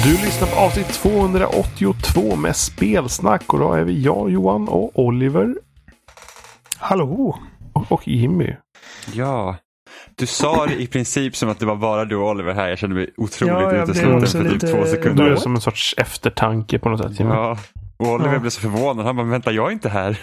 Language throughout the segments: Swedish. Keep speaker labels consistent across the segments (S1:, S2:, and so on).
S1: Du lyssnar på avsnitt 282 med spelsnack och då är vi jag, Johan och Oliver.
S2: Hallå!
S1: Och Jimmy.
S3: Ja, du sa det i princip som att det var bara du och Oliver här. Jag kände mig otroligt utesluten för typ 2 sekunder.
S1: Du är som en sorts eftertanke på något sätt, Jimmy.
S3: Ja, och Oliver blev så förvånad. Han bara, vänta, jag är inte här.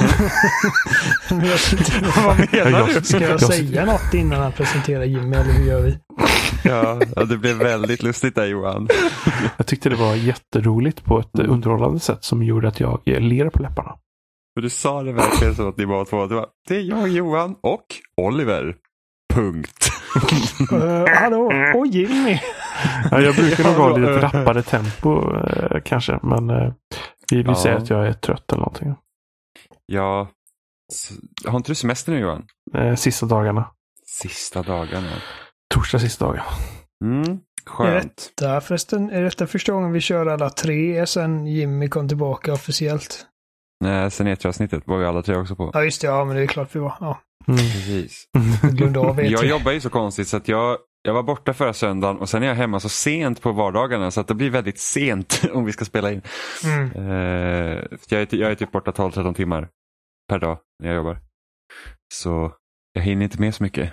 S2: Vad menar du? Ska jag säga något innan han presenterar Jimmy, eller hur gör vi?
S3: Ja, det blev väldigt lustigt där, Johan.
S1: Jag tyckte det var jätteroligt på ett underhållande sätt som gjorde att jag ler på läpparna.
S3: Och du sa det verkligen så att ni var två. Det är jag, Johan och Oliver. Punkt.
S2: Hallå, och Jimmy.
S1: Ja, jag brukar nog ha lite rappare tempo kanske, men vi vill säga att jag är trött eller någonting.
S3: Ja, har inte du semester nu, Johan?
S1: Sista dagarna.
S3: Sista dagarna.
S1: Torsdag sista dagen.
S3: Skönt.
S2: Är detta första gången vi kör alla tre sen Jimmy kom tillbaka officiellt?
S3: Nej, sen E3-avsnittet var vi alla tre också på.
S2: Ja, just det. Ja, men det är klart vi var. Ja.
S3: Precis. Jag jobbar ju så konstigt så att jag var borta förra söndagen och sen är jag hemma så sent på vardagarna så att det blir väldigt sent om vi ska spela in. Jag är typ borta 12-13 timmar per dag när jag jobbar. Så jag hinner inte med så mycket.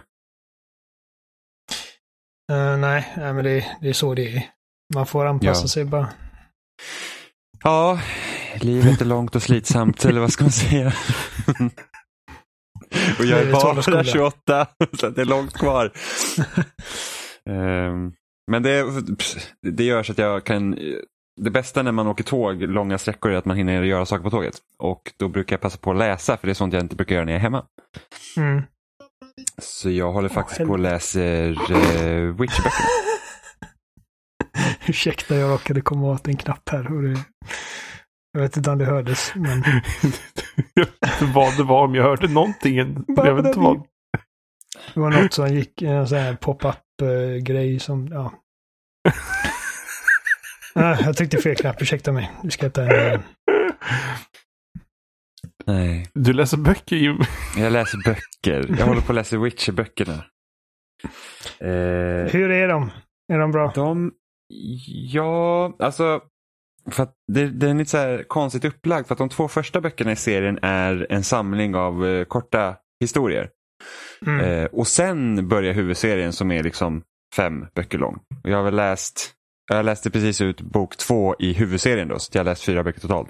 S2: Nej, men det är så det är. Man får anpassa sig bara.
S3: Ja, livet är långt och slitsamt, eller vad ska man säga? Och jag är bara 28, så det är långt kvar. Men det gör så att jag kan... Det bästa när man åker tåg långa sträckor är att man hinner göra saker på tåget. Och då brukar jag passa på att läsa, för det är sånt jag inte brukar göra när jag är hemma. Så jag håller faktiskt på att läsa Witcher-böckerna.
S2: Ursäkta, jag råkade komma åt en knapp här. Jag vet inte om det hördes. Men...
S1: jag vet inte vad det var, om jag hörde någonting. Jag vet inte vad.
S2: Det var något som gick, en sån här pop-up-grej som, ja. Jag tryckte fel knapp, ursäkta mig. Du ska ta en...
S3: Nej.
S1: Du läser böcker, Jim.
S3: Jag läser böcker. Jag håller på att läsa Witcher-böckerna.
S2: Hur är de? Är de bra?
S3: Ja, alltså... För att det är lite så här konstigt upplagt, för att de 2 första böckerna i serien är en samling av korta historier. Och sen börjar huvudserien som är liksom 5 böcker lång. Och jag läste precis ut bok 2 i huvudserien då, så jag har läst 4 böcker totalt.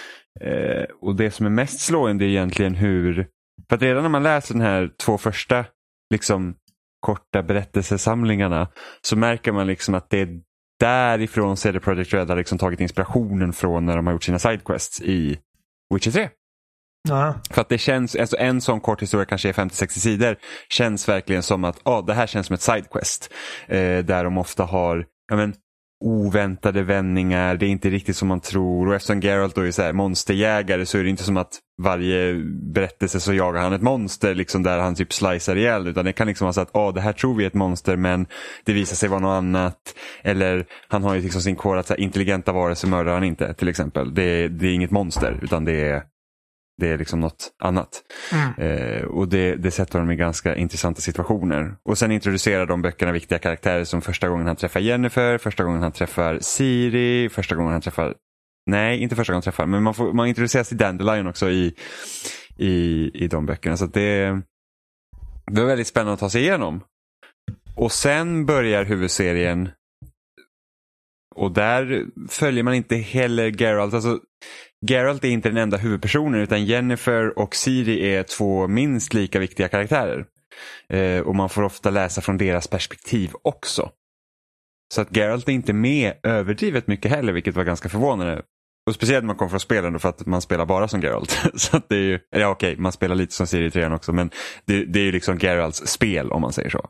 S3: Och det som är mest slående är egentligen hur... För att redan när man läser den här 2 första liksom korta berättelsesamlingarna så märker man liksom att det är därifrån CD Projekt Red har liksom tagit inspirationen från när de har gjort sina sidequests i Witcher 3. För att det känns, alltså en sån kort historia kanske är 50-60 sidor, känns verkligen som att det här känns som ett sidequest. Där de ofta har oväntade vändningar, det är inte riktigt som man tror, och eftersom Geralt då är så här monsterjägare så är det inte som att varje berättelse så jagar han ett monster liksom där han typ slicear ihjäl, utan det kan liksom vara så att det här tror vi är ett monster men det visar sig vara något annat, eller han har ju liksom sin kår att så här, intelligenta varelser mördar han inte till exempel, det är inget monster utan det är liksom något annat. Och det sätter honom i ganska intressanta situationer. Och sen introducerar de böckerna viktiga karaktärer som första gången han träffar Jennifer, första gången han träffar Ciri, första gången han träffar... Nej, inte första gången han träffar, men man introduceras till Dandelion också i de böckerna. Så att det är väldigt spännande att ta sig igenom. Och sen börjar huvudserien och där följer man inte heller Geralt. Alltså Geralt är inte den enda huvudpersonen utan Jennifer och Ciri är 2 minst lika viktiga karaktärer. Och man får ofta läsa från deras perspektiv också. Så att Geralt är inte med överdrivet mycket heller, vilket var ganska förvånande. Och speciellt när man kommer från spelen då, för att man spelar bara som Geralt. Så att det är ju, okej, man spelar lite som Ciri i 3 också, men det är ju liksom Geralts spel om man säger så.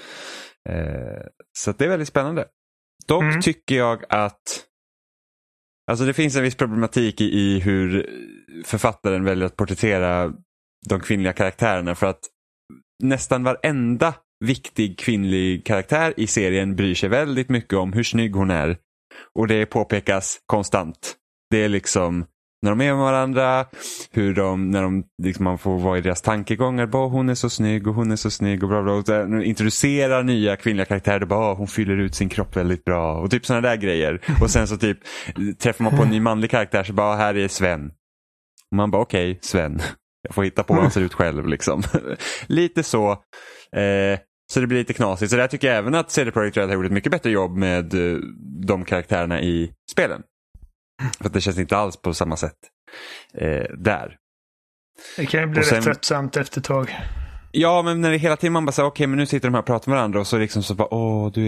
S3: Så att det är väldigt spännande. Dock tycker jag att alltså det finns en viss problematik i hur författaren väljer att porträttera de kvinnliga karaktärerna, för att nästan varenda viktig kvinnlig karaktär i serien bryr sig väldigt mycket om hur snygg hon är, och det påpekas konstant. Det är liksom när de är med varandra, hur när de liksom, man får vara i deras tankegångar, bara hon är så snygg och hon är så snygg och bla bla, och när de introducerar nya kvinnliga karaktärer, bara hon fyller ut sin kropp väldigt bra och typ sådana där grejer. Och sen så typ träffar man på en ny manlig karaktär, så bara här är Sven. Och man bara okej, Sven. Jag får hitta på hur han ser ut själv liksom. Lite så. Så det blir lite knasigt. Så där tycker jag även att CD Projekt Red har gjort ett mycket bättre jobb med de karaktärerna i spelen. För att det känns inte alls på samma sätt där.
S2: Det kan ju bli rätt tröttsamt efter ett tag.
S3: Ja, men när det hela tiden man bara säger okej, men nu sitter de här och pratar med varandra och så liksom så bara du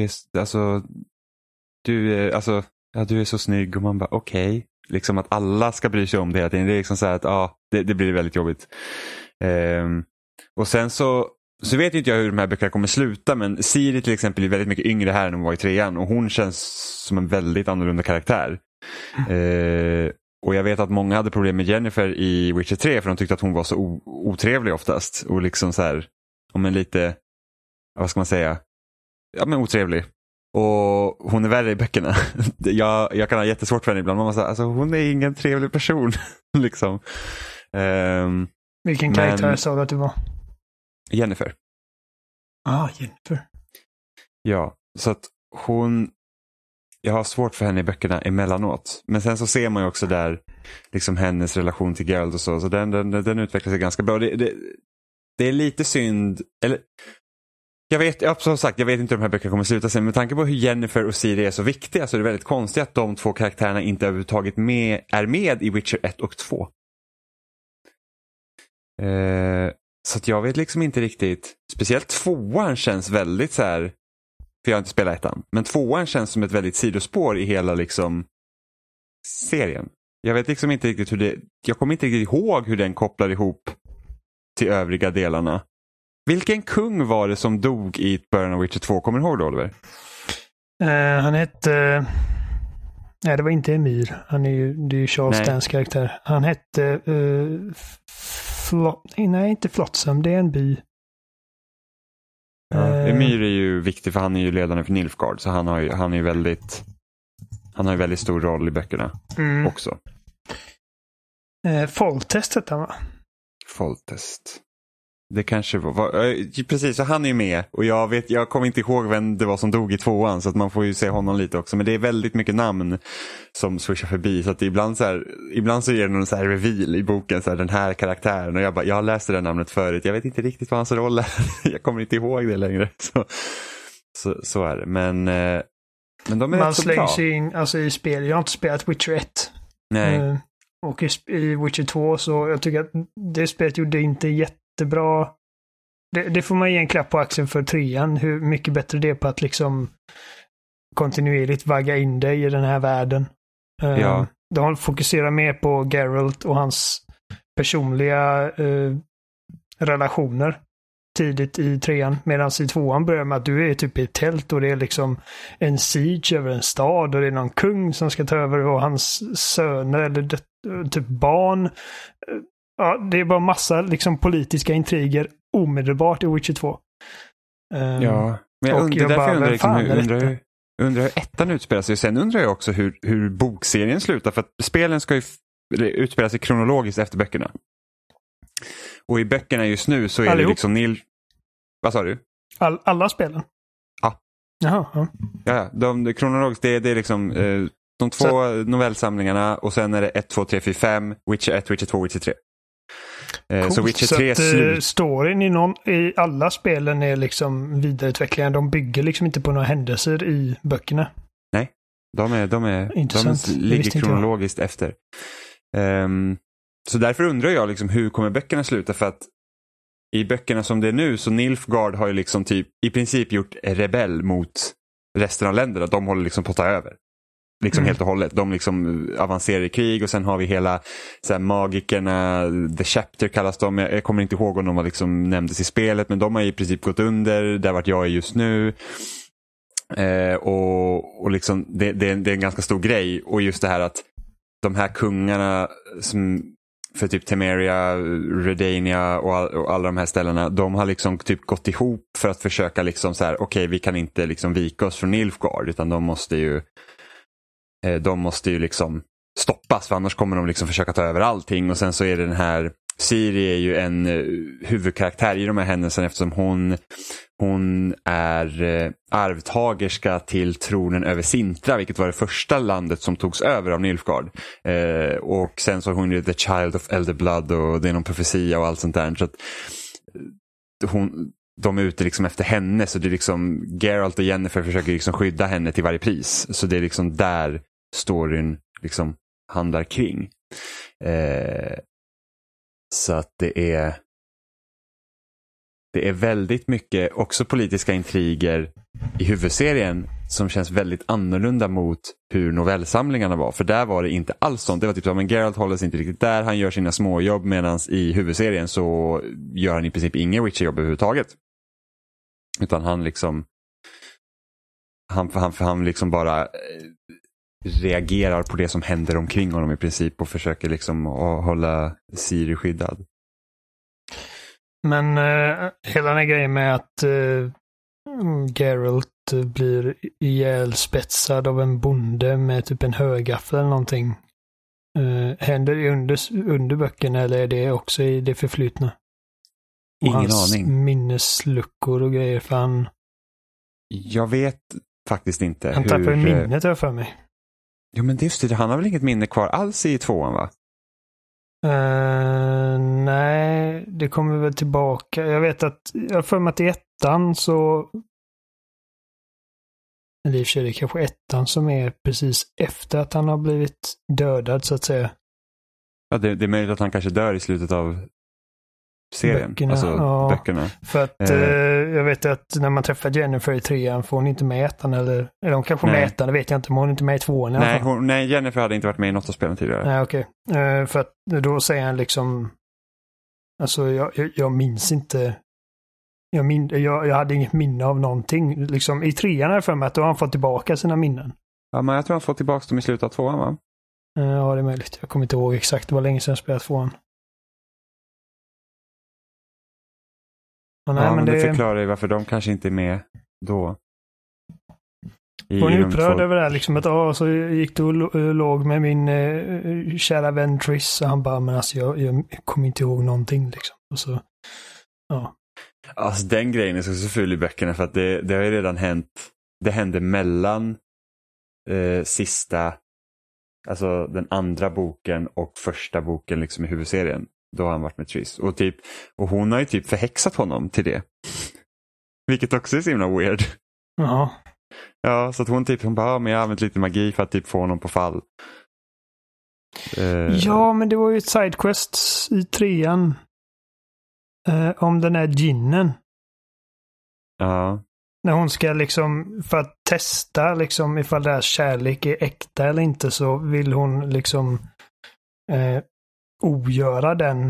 S3: är så snygg, och man bara okej. Liksom att alla ska bry sig om det hela tiden. Det är liksom så här att det blir väldigt jobbigt. Och sen så vet inte jag hur de här böckerna kommer sluta, men Ciri till exempel är väldigt mycket yngre här än hon var i 3:an, och hon känns som en väldigt annorlunda karaktär. Och jag vet att många hade problem med Jennifer i Witcher 3 för de tyckte att hon var så otrevlig oftast, och liksom så här, om en lite, vad ska man säga, ja men otrevlig. Och hon är värre i böckerna. Jag kan ha jättesvårt för henne ibland. Man måste säga, alltså hon är ingen trevlig person liksom.
S2: Vilken karaktär sa du att du var?
S3: Jennifer.
S2: Jennifer.
S3: Ja, så att jag har svårt för henne i böckerna emellanåt. Men sen så ser man ju också där liksom hennes relation till Geralt och så den utvecklar sig ganska bra. Det är lite synd, eller jag vet inte hur de här böckerna kommer sluta sig, men med tanke på hur Jennifer och Ciri är så viktiga, så är det väldigt konstigt att de två karaktärerna inte överhuvudtaget är med i Witcher 1 och 2. Så att jag vet liksom inte riktigt, speciellt 2:an känns väldigt så här, för jag har inte spelat 1:an, men 2:an känns som ett väldigt sidospår i hela liksom serien. Jag vet liksom inte riktigt jag kommer inte riktigt ihåg hur den kopplar ihop till övriga delarna. Vilken kung var det som dog i början av Witcher 2? Kommer du ihåg det, Oliver?
S2: Han hette... Nej, det var inte Emir. Det är ju Charles Dance karaktär. Han hette... Nej, inte Flotsam. Det är en by.
S3: Ja, Emir är ju viktig, för han är ju ledaren för Nilfgaard. Så han har ju väldigt stor roll i böckerna också.
S2: Foltest hette han, va?
S3: Foltest. Det kanske var precis, så han är ju med, och jag kommer inte ihåg vem det var som dog i 2:an, så att man får ju se honom lite också, men det är väldigt mycket namn som swishar förbi, så att ibland så ger det någon så här reveal i boken, så här, den här karaktären, och jag har läst det namnet förut, jag vet inte riktigt vad hans roll är. Jag kommer inte ihåg det längre, så är det, men de är
S2: man
S3: så bra. Man
S2: slängs in alltså, i spel. Jag har inte spelat Witcher 1.
S3: Nej.
S2: Och i Witcher 2, så jag tycker att det spelet gjorde inte jättebra. Det får man ge en klapp på axeln för 3:an. Hur mycket bättre det är på att liksom kontinuerligt vagga in dig i den här världen.
S3: Ja.
S2: De fokuserar mer på Geralt och hans personliga relationer tidigt i 3:an, medan i 2:an börjar med att du är typ i ett tält och det är liksom en siege över en stad och det är någon kung som ska ta över och hans söner eller typ barn. Ja, det är bara massa liksom politiska intriger omedelbart i Witcher 2.
S3: Ja, men jag undrar hur 1:an utspelar sig. Sen undrar jag också hur bokserien slutar, för att spelen ska ju utspela sig kronologiskt efter böckerna. Och i böckerna just nu så är det liksom Vad sa du?
S2: Alla spelen?
S3: Ja.
S2: Jaha.
S3: Ja, de kronologiskt, det är liksom de två novellsamlingarna, och sen är det 1, 2, 3, 4, 5, Witcher 1, Witcher 2, Witcher 3. Så Witcher 3 slut.
S2: Storyn i alla spelen är liksom vidareutvecklingar. De bygger liksom inte på några händelser i böckerna. Nej,
S3: de ligger kronologiskt efter. Så därför undrar jag liksom, hur kommer böckerna sluta, för att i böckerna som det är nu, så Nilfgaard har ju liksom typ i princip gjort rebell mot resten av länderna. De håller liksom på att ta över. Liksom helt och hållet. De liksom avancerar i krig, och sen har vi hela så här, magikerna, The Chapter kallas de. Jag kommer inte ihåg om de var liksom nämndes i spelet, men de har i princip gått under där vart jag är just nu. Och liksom det är en ganska stor grej, och just det här att de här kungarna som för typ Temeria, Redania och alla de här ställena, de har liksom typ gått ihop för att försöka liksom så här, okej, vi kan inte liksom vika oss från Nilfgaard, utan de måste ju liksom stoppas, för annars kommer de liksom försöka ta över allting. Och sen så är det den här Ciri är ju en huvudkaraktär i de här händelserna, eftersom hon är arvtagerska till tronen över Sintra, vilket var det första landet som togs över av Nilfgaard. Och sen så är hon ju the child of elder blood, och det är någon profetia och allt sånt där. Så att de är ute liksom efter henne, så det är liksom Geralt och Yennefer försöker liksom skydda henne till varje pris. Så det är liksom där storyn liksom handlar kring. Så att det är väldigt mycket också politiska intriger i huvudserien som känns väldigt annorlunda mot hur novellsamlingarna var. För där var det inte alls sånt. Det var typ så, men Geralt håller sig inte riktigt där. Han gör sina småjobb, medan i huvudserien så gör han i princip ingen Witcher-jobb överhuvudtaget. Utan han liksom han liksom bara reagerar på det som händer omkring honom i princip, och försöker liksom hålla Ciri skyddad.
S2: Men hela den här grejen med att Geralt blir ihjälspetsad av en bonde med typ en högaffel eller någonting. Händer det under böckerna, eller är det också i det förflutna?
S3: Ingen
S2: hans
S3: aning.
S2: Minnesluckor och grejer, för han...
S3: Jag vet faktiskt inte
S2: han tappar minnet för mig.
S3: Jo, men det är just det, han har väl inget minne kvar alls i 2:an, va?
S2: Nej, det kommer väl tillbaka. Jag vet att, jag har för mig att i 1:an så... Eller i och för sig, det är kanske 1:an som är precis efter att han har blivit dödad, så att säga.
S3: Ja, det är möjligt att han kanske dör i slutet av serien.
S2: Böckerna,
S3: alltså
S2: ja.
S3: Böckerna.
S2: För att jag vet att när man träffar Jennifer i 3:an får hon inte med 1:an, eller hon kanske med 1:an, det vet jag inte, men hon är inte med i 2:an.
S3: Nej, Jennifer hade inte varit med i något av spelen tidigare.
S2: Nej, okej. För att då säger han liksom, alltså jag minns inte, jag hade inget minne av någonting. Liksom, i 3:an är det för mig att då har han fått tillbaka sina minnen.
S3: Ja, men jag tror han fått tillbaka dem i slutet av 2:an, va?
S2: Ja, det är möjligt. Jag kommer inte ihåg exakt, det var länge sedan jag spelade 2:an.
S3: Nej, men det förklarar ju varför de kanske inte är med då.
S2: Hon är upprörd över det här, liksom att så gick du och låg med min kära vän Triss, och han bara, men alltså jag kommer inte ihåg någonting liksom. Och så, ja.
S3: Alltså den grejen är så ful i böckerna, för att det har ju redan hänt. Det hände mellan sista, alltså den andra boken och första boken liksom i huvudserien. Då har han varit med Triss. Och hon har ju typ förhäxat honom till det. Vilket också är så himla weird.
S2: Ja.
S3: Ja, så att hon bara, men jag har använt lite magi för att typ få honom på fall.
S2: Ja, men det var ju ett sidequest i 3:an. Om den här ginnen.
S3: Ja.
S2: När hon ska liksom, för att testa liksom ifall deras kärlek är äkta eller inte, så vill hon liksom ogöra den,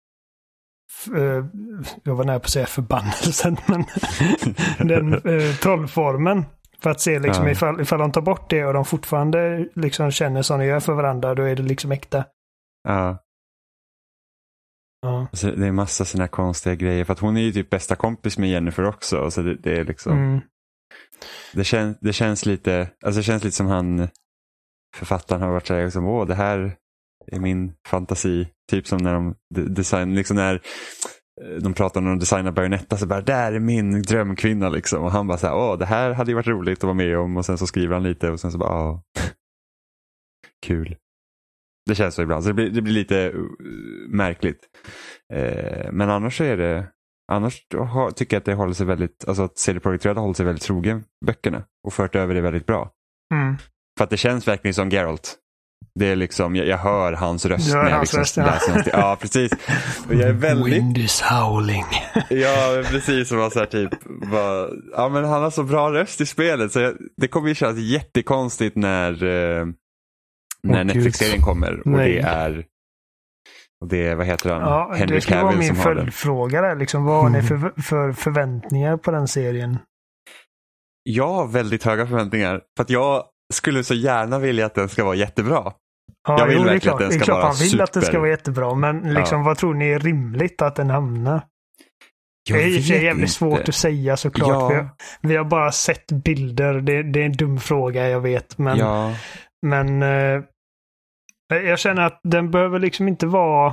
S2: jag var nära på att säga förbannelsen, men den trollformen, för att se liksom ifall de tar bort det och de fortfarande liksom känner som de gör för varandra, då är det liksom äkta.
S3: Ja. Alltså, det är massa såna konstiga grejer, för att hon är ju typ bästa kompis med Jennifer också, så det är liksom det känns lite, alltså det känns lite som han, författaren, har varit så här liksom, det här är min fantasi, typ som när de design, liksom när de pratar om när de designar Bayonetta, så bara, där är min drömkvinna liksom, och han bara så här, det här hade ju varit roligt att vara med om, och sen så skriver han lite och sen så bara, kul. Det känns så ibland, så det blir lite märkligt. Men annars så är det, tycker jag att det håller sig väldigt, alltså att CD Projekt Red har hållit sig väldigt trogen böckerna och fört över det väldigt bra. För att det känns verkligen som Geralt. Det är liksom, jag hör hans röst när jag liksom läser. Ja, precis. Och jag är väldigt...
S2: Wind is howling.
S3: Ja, precis. Som var så här typ, ja, men han har så bra röst i spelet, så det kommer ju kännas jättekonstigt när Netflix-serien kommer. Och det är, vad heter han?
S2: Ja,
S3: Henry Cavill som har den. Det skulle vara min följdfråga
S2: där, liksom, vad har ni för förväntningar på den serien?
S3: Jag har väldigt höga förväntningar, för att jag skulle så gärna vilja att den ska vara jättebra.
S2: Ja,
S3: jag vill verkligen att den ska vara super.
S2: Man vill att den ska vara jättebra, men liksom, vad tror ni är rimligt att den hamnar? Det är jävligt svårt att säga, såklart.
S3: Ja.
S2: Vi har bara sett bilder. Det är en dum fråga, jag vet. Men Jag känner att den behöver liksom inte vara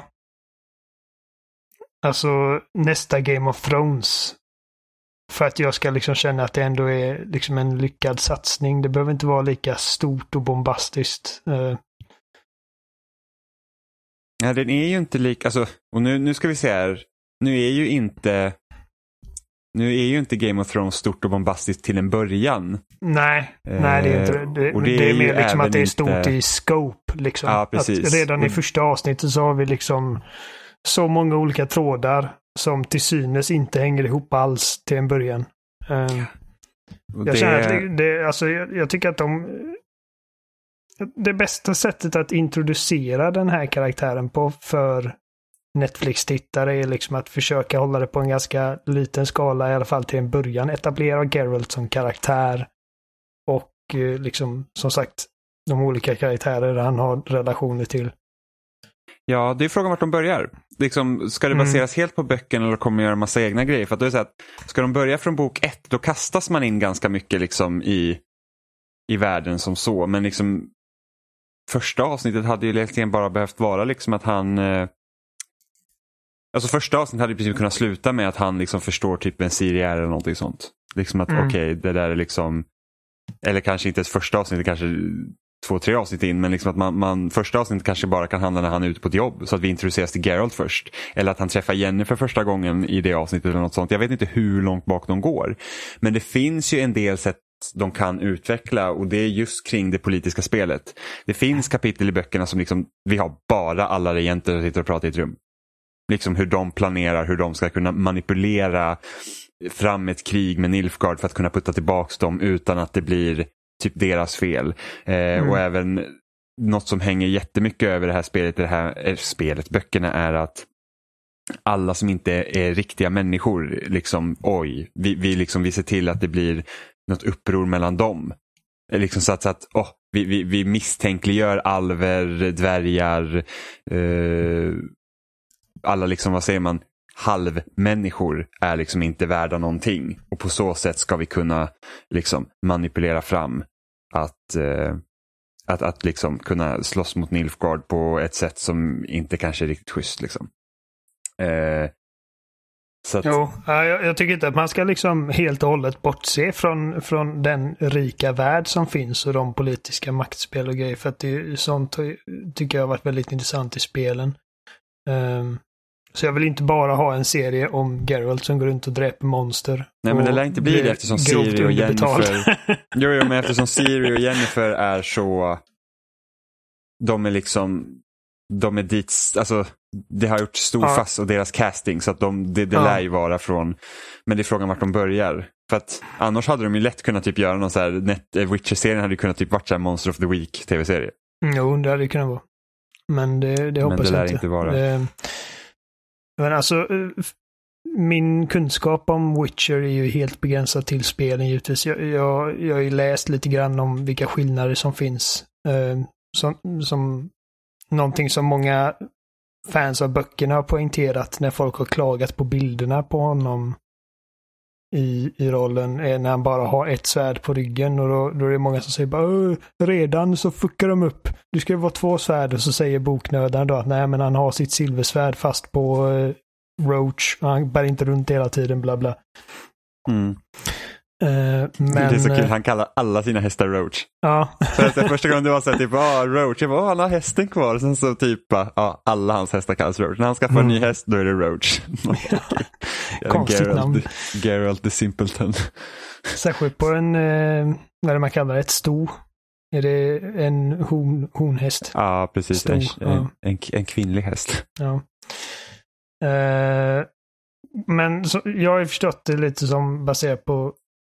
S2: alltså nästa Game of Thrones. För att jag ska liksom känna att det ändå är liksom en lyckad satsning. Det behöver inte vara lika stort och bombastiskt.
S3: Ja, den är ju inte lik, alltså, och nu ska vi se här. Nu är ju inte Game of Thrones stort och bombastiskt till en början.
S2: Nej, det är inte det är mer liksom att det är stort i scope. Liksom.
S3: Ja, precis.
S2: Att redan i första avsnittet så har vi liksom så många olika trådar som till synes inte hänger ihop alls till en början. Jag känner att jag tycker att det bästa sättet att introducera den här karaktären på för Netflix-tittare är liksom att försöka hålla det på en ganska liten skala, i alla fall till en början. Etablera Geralt som karaktär och liksom, som sagt, de olika karaktärer han har relationer till.
S3: Ja, det är frågan vart de börjar. Liksom, ska det baseras helt på böckerna eller kommer de göra massa egna grejer? För att det är så att, ska de börja från bok 1, då kastas man in ganska mycket liksom i världen som så. Men liksom första avsnittet hade ju egentligen bara behövt vara liksom att han... Alltså första avsnittet hade i princip kunnat sluta med att han liksom förstår typ en Ciri eller någonting sånt. Liksom att okej, det där är liksom... Eller kanske inte ett första avsnitt, kanske 2-3 avsnitt in, men liksom att man första avsnittet kanske bara kan handla när han är ute på ett jobb, så att vi introduceras till Geralt först. Eller att han träffar Jenny för första gången i det avsnittet eller något sånt. Jag vet inte hur långt bak de går. Men det finns ju en del sätt de kan utveckla, och det är just kring det politiska spelet. Det finns kapitel i böckerna som liksom, vi har bara alla regenter som sitter och pratar i ett rum. Liksom hur de planerar, hur de ska kunna manipulera fram ett krig med Nilfgaard för att kunna putta tillbaks dem utan att det blir typ deras fel. Och även något som hänger jättemycket över det här spelet, böckerna, är att alla som inte är riktiga människor, liksom, vi ser till att det blir något uppror mellan dem. Liksom så att vi misstänkliggör alver, dvärgar, alla liksom, vad säger man, halvmänniskor är liksom inte värda någonting, och på så sätt ska vi kunna liksom manipulera fram att liksom kunna slåss mot Nilfgaard på ett sätt som inte kanske är riktigt schysst liksom. Så att... Jo,
S2: jag tycker inte att man ska liksom helt och hållet bortse från den rika värld som finns och de politiska maktspel och grejer, för att det sånt tycker jag har varit väldigt intressant i spelen. Så jag vill inte bara ha en serie om Geralt som går runt och dräper monster.
S3: Nej, men det lär inte bli det eftersom Ciri och Jennifer... Jo, men eftersom Ciri och Jennifer är så... De är dit... Alltså, det har gjort stor fass och deras casting, så att det lär ju vara från... Men det är frågan vart de börjar. För att annars hade de ju lätt kunnat typ göra någon så här... Witcher-serien hade ju kunnat typ varit så här Monster of the Week tv-serie. Jo,
S2: det hade det kunnat vara. Men det hoppas jag inte
S3: vara.
S2: Men alltså, min kunskap om Witcher är ju helt begränsad till spelen givetvis. Jag har ju läst lite grann om vilka skillnader som finns. Som någonting som många fans av böckerna har poängterat när folk har klagat på bilderna på honom i rollen, är när han bara har ett svärd på ryggen, och då är det många som säger bara redan så fuckar de upp. Det ska ju vara 2 svärd, och så säger boknördaren då att nej, men han har sitt silversvärd fast på Roach, han bär inte runt hela tiden, bla bla. Men,
S3: det är så kul, han kallar alla sina hästar Roach.
S2: Ja.
S3: För att första gången det var så här, typ, Roach, jag bara, han har hästen kvar. Sen så typ, alla hans hästar kallas Roach. När han skaffar en ny häst, då är det Roach.
S2: Konstigt namn.
S3: Geralt the Simpleton.
S2: Särskilt på en, vad är det man kallar det, ett sto. Är det en honhäst?
S3: Ja, precis. En kvinnlig häst.
S2: Ja. Men så, jag har ju förstått det lite som baserat på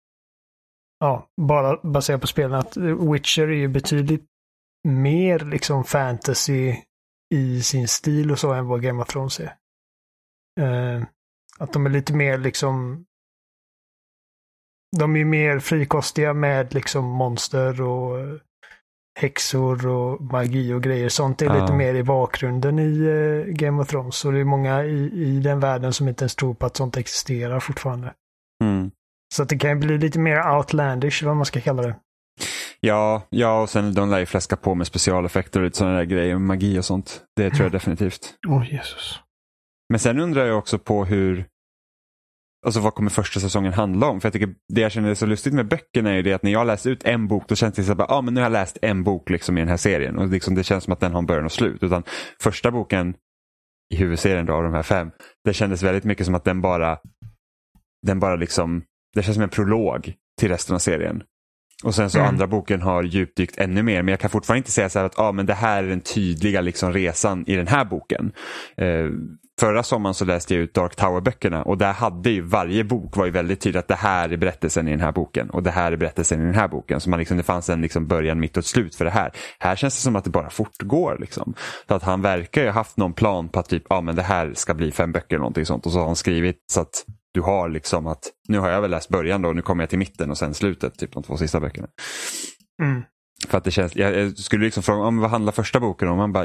S2: spelen, att Witcher är ju betydligt mer liksom fantasy i sin stil och så än vad Game of Thrones är. Att de är lite mer liksom, de är mer frikostiga med liksom monster och häxor och magi och grejer. Sånt är lite mer i bakgrunden i Game of Thrones. Så det är många i den världen som inte ens tror på att sånt existerar fortfarande. Så att det kan bli lite mer outlandish, vad man ska kalla det.
S3: Ja, och sen de lär ju fläska på med specialeffekter och sådana där grejer, magi och sånt. Det tror jag definitivt.
S1: Jesus.
S3: Men sen undrar jag också på alltså vad kommer första säsongen handla om? För jag tycker det jag känner är så lustigt med böckerna är ju det att när jag läst ut en bok då känns det så att men nu har jag läst en bok liksom i den här serien. Och liksom det känns som att den har en början och slut. Utan första boken i huvudserien då, av de här 5, det kändes väldigt mycket som att den bara liksom, det känns som en prolog till resten av serien. Och sen så andra boken har djupdykt ännu mer. Men jag kan fortfarande inte säga så här att men det här är den tydliga liksom resan i den här boken. Förra sommaren så läste jag ut Dark Tower-böckerna. Och där hade ju varje bok var ju väldigt tydligt att det här är berättelsen i den här boken. Och det här är berättelsen i den här boken. Så det fanns en liksom början, mitt och ett slut för det här. Här känns det som att det bara fortgår liksom. Så att han verkar ju ha haft någon plan på att typ, men det här ska bli 5 böcker eller någonting sånt. Och så har han skrivit så att du har liksom att nu har jag väl läst början då och nu kommer jag till mitten och sen slutet, typ de 2 sista böckerna. För att det känns, jag skulle liksom fråga vad handlar första boken om? Man bara,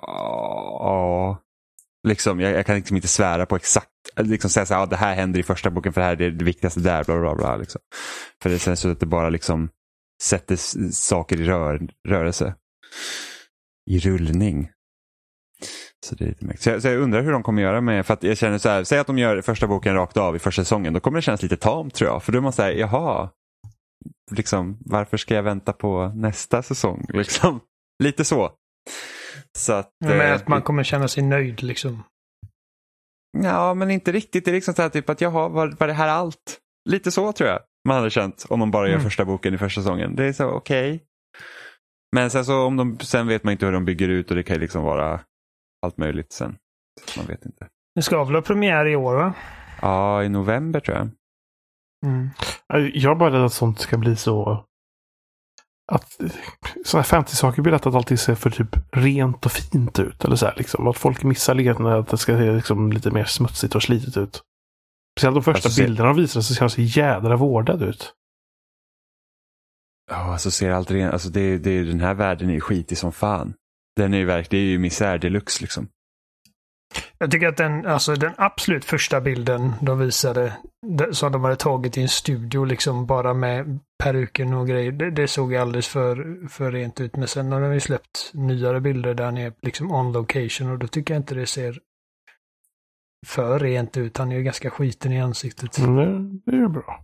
S3: liksom, jag kan liksom inte svära på exakt, liksom säga så här, det här händer i första boken för det här är det viktigaste där, bla bla bla liksom. För det känns så att det bara liksom sätter saker i rörelse. I rullning. Så det är lite mäktigt. Så jag undrar hur de kommer göra med, för att jag känner så här, säg att de gör första boken rakt av i första säsongen, då kommer det kännas lite tamt tror jag. För då är man säga, jaha, liksom, varför ska jag vänta på nästa säsong? Liksom, lite så. Så att,
S2: men att man kommer känna sig nöjd liksom.
S3: Ja, men inte riktigt. Det är liksom så här typ att jaha, var det här allt? Lite så tror jag man hade känt om de bara gör första boken i första säsongen. Det är så okej. Men sen så sen vet man inte hur de bygger ut och det kan ju liksom vara allt möjligt sen. Man vet inte.
S2: Det ska väl ha premiär i år, va?
S3: Ja, i november tror jag.
S1: Jag är bara rädd att sånt ska bli så att sådana här fantasy-saker blir att alltid ser för typ rent och fint ut. Eller så här, liksom. Att folk missar lite att det ska se liksom lite mer smutsigt och slitet ut. Speciellt de första bilderna de visar så ser de så jädra vårdad ut.
S3: Ja, alltså ser allt rent. Alltså det är den här världen är ju skitig som fan. Den är ju verkligen, det är ju misär deluxe liksom.
S2: Jag tycker att den absolut första bilden de visade som de hade tagit i en studio liksom bara med peruken och grejer, det såg alldeles för rent ut. Men sen har de ju släppt nyare bilder där han är liksom on location och då tycker jag inte det ser för rent ut. Han är ju ganska skiten i ansiktet.
S1: Det är ju bra.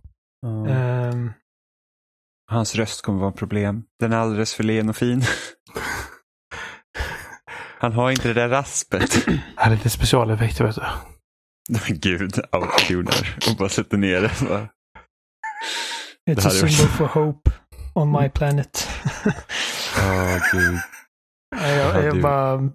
S3: Hans röst kommer vara ett problem. Den är alldeles för len och fin. Han har inte det där raspet.
S1: Han är lite specialeffekter, vet du.
S3: Men gud, outtuner. Och bara sätter ner det. Bara.
S2: It's a symbol for hope on my planet.
S3: Gud.
S2: Jag bara...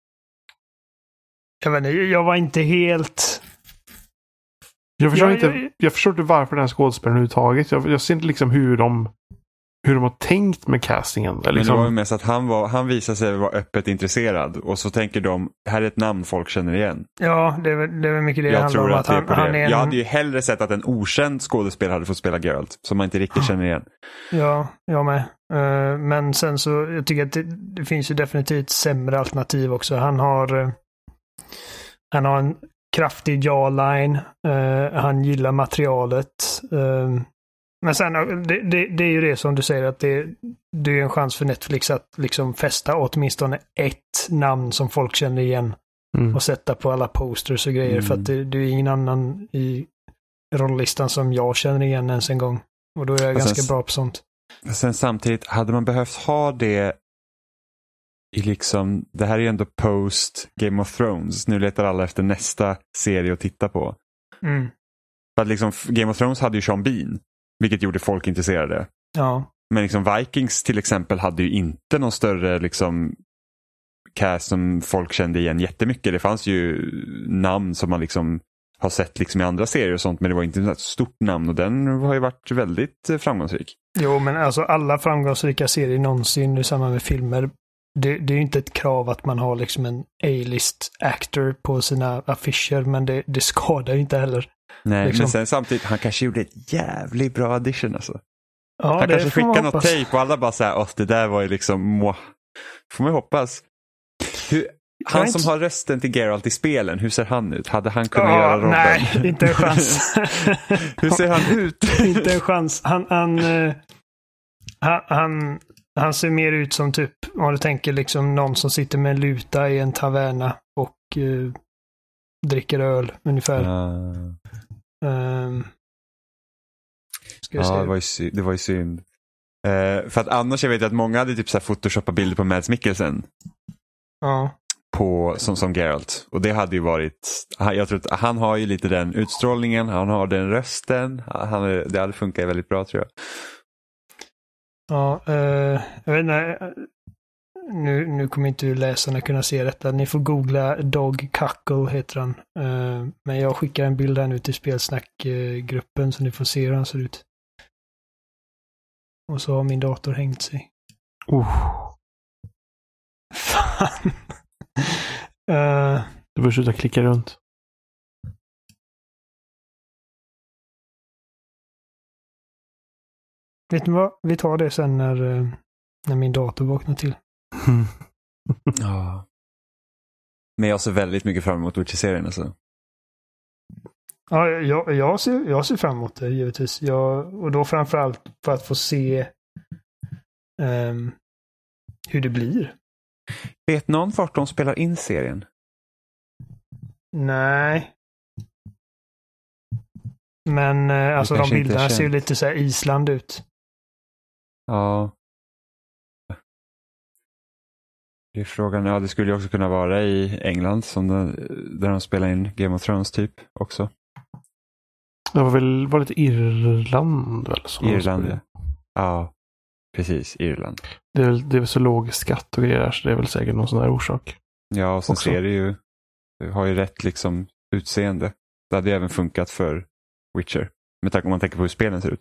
S2: Jag vet inte, jag var inte helt...
S1: Jag förstår inte varför den här skådespelaren överhuvudtaget. Jag ser inte liksom hur de har tänkt med castingen. Eller liksom...
S3: Men det var ju mest att han visade sig vara öppet intresserad. Och så tänker de, här är ett namn folk känner igen.
S2: Ja, det är väl mycket det
S3: jag
S2: handlar om.
S3: Att han är Jag hade ju hellre sett att en okänd skådespelare hade fått spela Geralt. Som man inte riktigt känner igen.
S2: Ja, jag med. Men sen så, jag tycker att det finns ju definitivt sämre alternativ också. Han har en kraftig jawline. Han gillar materialet. Men sen, det är ju det som du säger att det är en chans för Netflix att liksom fästa åtminstone ett namn som folk känner igen och sätta på alla posters och grejer för att det är ingen annan i rolllistan som jag känner igen ens en gång. Och då är jag ganska bra på sånt.
S3: Sen samtidigt, hade man behövt ha det i liksom, det här är ju ändå post Game of Thrones. Nu letar alla efter nästa serie att titta på. För att liksom, Game of Thrones hade ju Sean Bean. Vilket gjorde folk intresserade.
S2: Ja.
S3: Men liksom Vikings till exempel hade ju inte någon större liksom cast som folk kände igen jättemycket. Det fanns ju namn som man liksom har sett liksom i andra serier och sånt. Men det var inte ett stort namn och den har ju varit väldigt framgångsrik.
S2: Jo, men alltså alla framgångsrika serier någonsin i samband med filmer. Det är ju inte ett krav att man har liksom en A-list actor på sina affischer. Men det skadar ju inte heller.
S3: Nej,
S2: liksom.
S3: Men sen samtidigt, han kanske gjorde ett jävligt bra audition alltså.
S2: Ja,
S3: han kanske skickade något tejp och alla bara såhär, det där var ju liksom, får man hoppas. Han som har rösten till Geralt i spelen, hur ser han ut? Hade han kunnat göra rollen?
S2: Nej, inte en chans.
S3: Hur ser han ut?
S2: Inte en chans. Han ser mer ut som typ, om du tänker liksom någon som sitter med en luta i en taverna och dricker öl ungefär.
S3: Ja, det var ju synd. För att annars jag vet att många hade typ så här photoshoppat bilder på Mads Mikkelsen.
S2: Ja.
S3: Som Geralt. Och det hade ju varit, jag tror att han har ju lite den utstrålningen, han har den rösten, det hade funkat väldigt bra tror jag.
S2: Ja, jag vet inte, nu kommer inte läsarna kunna se detta. Ni får googla Dog Cackle heter han. Men jag skickar en bild här nu till spelsnackgruppen så ni får se hur han ser ut. Och så har min dator hängt sig. Fan.
S1: Du bör sluta klicka runt.
S2: Vet ni vad? Vi tar det sen när min dator vaknar till.
S3: Ja. Men jag ser väldigt mycket fram emot Witcher-serien alltså.
S2: Ja, jag ser fram emot det givetvis. Och då framförallt för att få se hur det blir.
S3: Vet någon vart de spelar in serien?
S2: Nej. Men alltså de bilderna ser ju lite så här Island ut.
S3: Ja. Det är frågan, ja det skulle ju också kunna vara i England som där de spelar in Game of Thrones typ också.
S1: Det var lite Irland väl?
S3: Irland, ja. Precis, Irland.
S1: Det är väl så låg skatt och grejer så det är väl säkert någon sån här orsak.
S3: Ja, och sen
S1: också.
S3: ser det ju, har ju rätt liksom utseende. Det hade ju även funkat för Witcher. Med tanke om man tänker på hur spelen ser ut.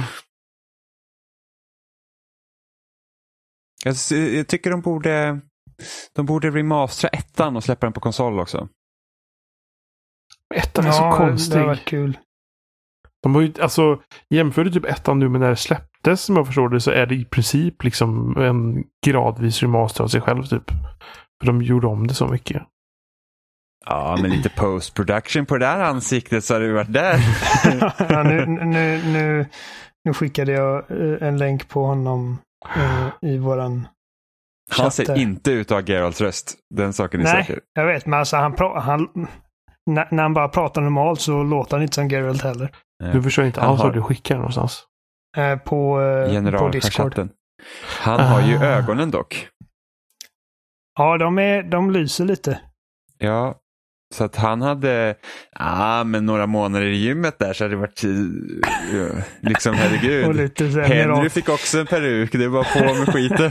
S3: Jag tycker de borde remastera ettan och släppa den på konsol också.
S1: Ettan är så konstig.
S2: Det var kul.
S1: De har ju, alltså, jämför du typ ettan nu med när det släpptes som jag förstår det så är det i princip liksom en gradvis remaster av sig själv typ. För de gjorde om det så mycket.
S3: Ja, men lite post-production på det där ansiktet så har det varit där.
S2: Ja, nu skickade jag en länk på honom i våran chatt.
S3: Han ser inte ut att ha Geralts röst. Den saken är säker.
S2: Nej, jag vet. Men alltså när han bara pratar normalt så låter han inte som Geralt heller.
S1: Du förstår inte alls vad du skickar någonstans.
S2: På Discord.
S3: Han har ju ögonen dock.
S2: Ja, de lyser lite.
S3: Ja, så att han hade men några månader i gymmet där så hade det varit liksom herregud.
S2: Och lite
S3: Henry fick också en peruk, det var på med skiten.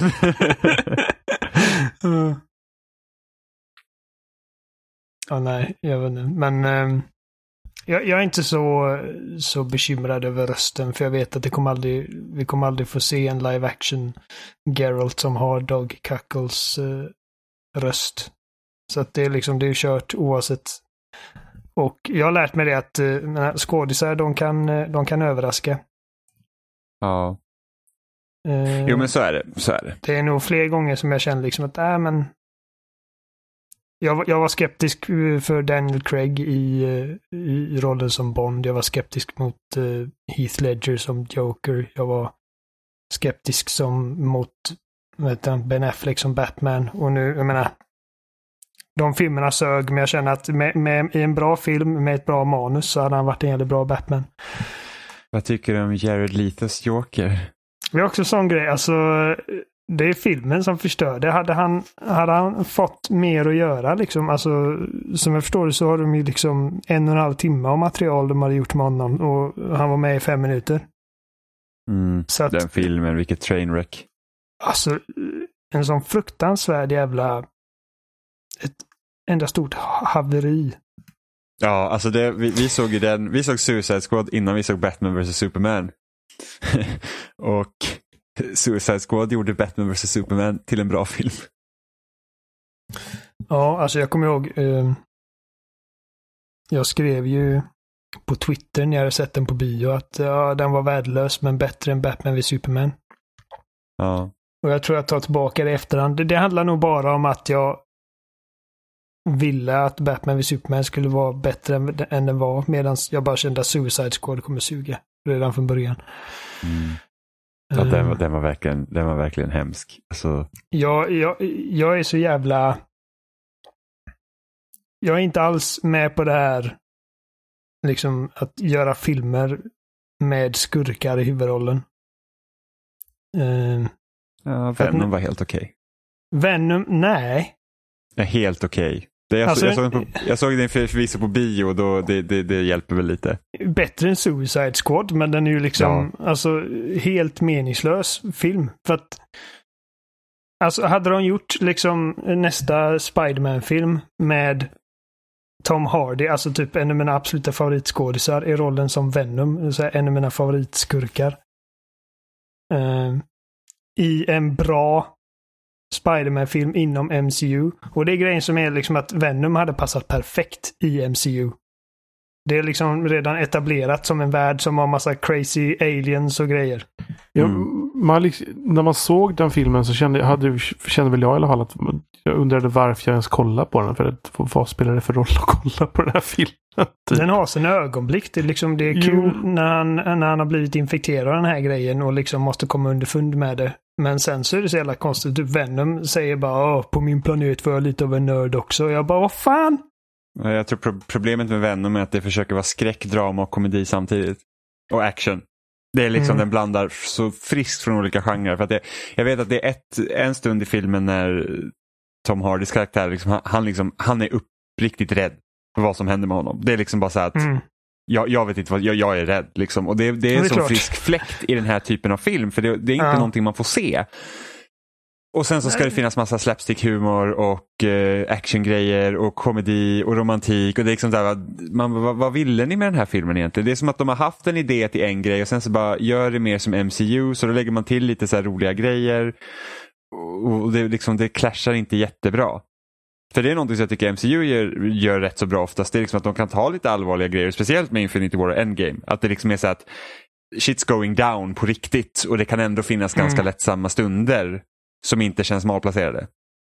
S2: Ja, nej, jag vet inte. Men jag är inte så bekymrad över rösten för jag vet att vi kommer aldrig få se en live action Geralt som har Dog Cackles röst. Så att det är kört oavsett. Och jag har lärt mig det att skådisar de kan överraska.
S3: Ja. Jo men så är det.
S2: Det är nog fler gånger som jag känner liksom att men jag var skeptisk för Daniel Craig i rollen som Bond. Jag var skeptisk mot Heath Ledger som Joker. Jag var skeptisk mot Ben Affleck som Batman. Och nu, jag menar, de filmerna sög, men jag känner att i en bra film med ett bra manus så hade han varit en jävligt bra Batman.
S3: Vad tycker du om Jared Letos Joker?
S2: Det är också en sån grej. Alltså, det är filmen som förstör det. Hade han fått mer att göra liksom, alltså, som jag förstår det så har de ju liksom 1,5 timme av material de hade gjort med honom och han var med i 5 minuter. Så att,
S3: den filmen, vilket trainwreck.
S2: Alltså, en sån fruktansvärd jävla ett enda stort haveri.
S3: Ja, alltså vi såg ju vi såg Suicide Squad innan vi såg Batman vs Superman. Och Suicide Squad gjorde Batman vs Superman till en bra film.
S2: Ja, alltså jag kommer ihåg jag skrev ju på Twitter när jag hade sett den på bio att den var värdelös men bättre än Batman vs Superman.
S3: Ja.
S2: Och jag tror jag tar tillbaka det i efterhand. Det handlar nog bara om att jag ville att Batman vs Superman skulle vara bättre än den var medan jag bara kände att Suicide Squad kommer suga redan från början.
S3: Ja, den var verkligen hemsk. Alltså...
S2: Jag är så jävla... Jag är inte alls med på det här liksom att göra filmer med skurkar i huvudrollen.
S3: Ja, Venom var helt okej.
S2: Venom, nej.
S3: Ja, helt okej. Jag såg den förvisso på bio och då, det hjälper väl lite.
S2: Bättre än Suicide Squad, men den är ju liksom alltså, helt meningslös film. För att alltså, hade de gjort liksom nästa Spider-Man-film med Tom Hardy, alltså typ en av mina absoluta favoritskådisar i rollen som Venom, så en av mina favoritskurkar. I en bra Spider-Man-film inom MCU. Och det är grejen som är liksom att Venom hade passat perfekt i MCU. Det är liksom redan etablerat som en värld som har massa crazy aliens och grejer.
S1: Ja, när man såg den filmen så kände väl jag i alla fall att jag undrade varför jag ens kollade på den. För att, vad spelar det för roll att kolla på den här filmen? Typ.
S2: Den har sina ögonblick. Det är kul när han har blivit infekterad av den här grejen och liksom måste komma underfund med det. Men sen så är det så jävla konstigt. Typ Venom säger bara på min planet var jag lite av en nörd också. Och jag bara, vad fan?
S3: Jag tror problemet med Venom är att det försöker vara skräck, drama och komedi samtidigt. Och action. Det är liksom den blandar så friskt från olika genrer. För att jag vet att det är en stund i filmen när Tom Hardys karaktär liksom, han är uppriktigt rädd för vad som händer med honom. Det är liksom bara så att jag vet inte vad, jag är rädd liksom. Och det är en sån frisk fläkt i den här typen av film. För det är inte någonting man får se. Och sen så ska det finnas massa slapstick-humor och actiongrejer och komedi och romantik. Och det är liksom där, vad ville ni med den här filmen egentligen? Det är som att de har haft en idé till en grej och sen så bara gör det mer som MCU. Så då lägger man till lite så här roliga grejer. Och det clashar inte jättebra. För det är någonting som jag tycker MCU gör rätt så bra oftast. Det är liksom att de kan ta lite allvarliga grejer. Speciellt med Infinity War och Endgame. Att det liksom är så att shit's going down på riktigt. Och det kan ändå finnas ganska lättsamma stunder som inte känns malplacerade.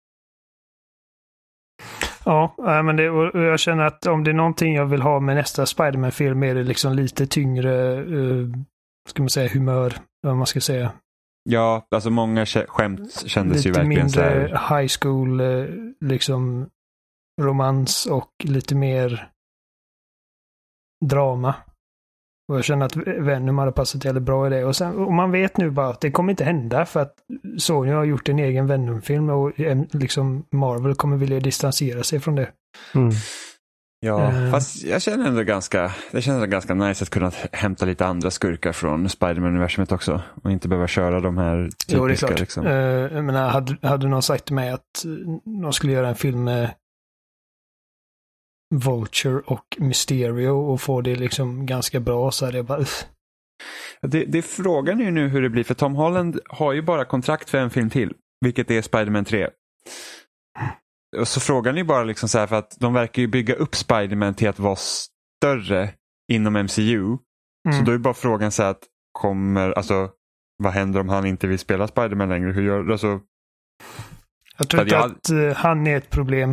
S2: Ja, men jag känner att om det är någonting jag vill ha med nästa Spider-Man-film är det liksom lite tyngre ska man säga, humör, vad man ska säga.
S3: Ja, alltså många skämt kändes
S2: lite
S3: ju verkligen så här.
S2: Lite mindre high school liksom romans och lite mer drama. Och jag känner att Venom hade passat jävligt bra i det. Och man vet nu bara att det kommer inte hända för att Sony har gjort en egen Venom-film och liksom Marvel kommer vilja distansera sig från det.
S3: Ja, fast jag känner ändå det känns ganska nice att kunna hämta lite andra skurkar från Spider-Man-universumet också. Och inte behöva köra de här typiska.
S2: Jo, det är klart.
S3: Liksom.
S2: Jag menar, hade någon sagt till mig att de skulle göra en film med Vulture och Mysterio och få det liksom ganska bra så hade jag bara...
S3: Det frågan är ju nu hur det blir, för Tom Holland har ju bara kontrakt för en film till, vilket är Spider-Man 3. Och så frågan är ju bara liksom så här, för att de verkar ju bygga upp Spider-Man till att vara större inom MCU. Så då är bara frågan så här att vad händer om han inte vill spela Spider-Man längre? Hur gör alltså?
S2: Jag tror inte att han är ett problem.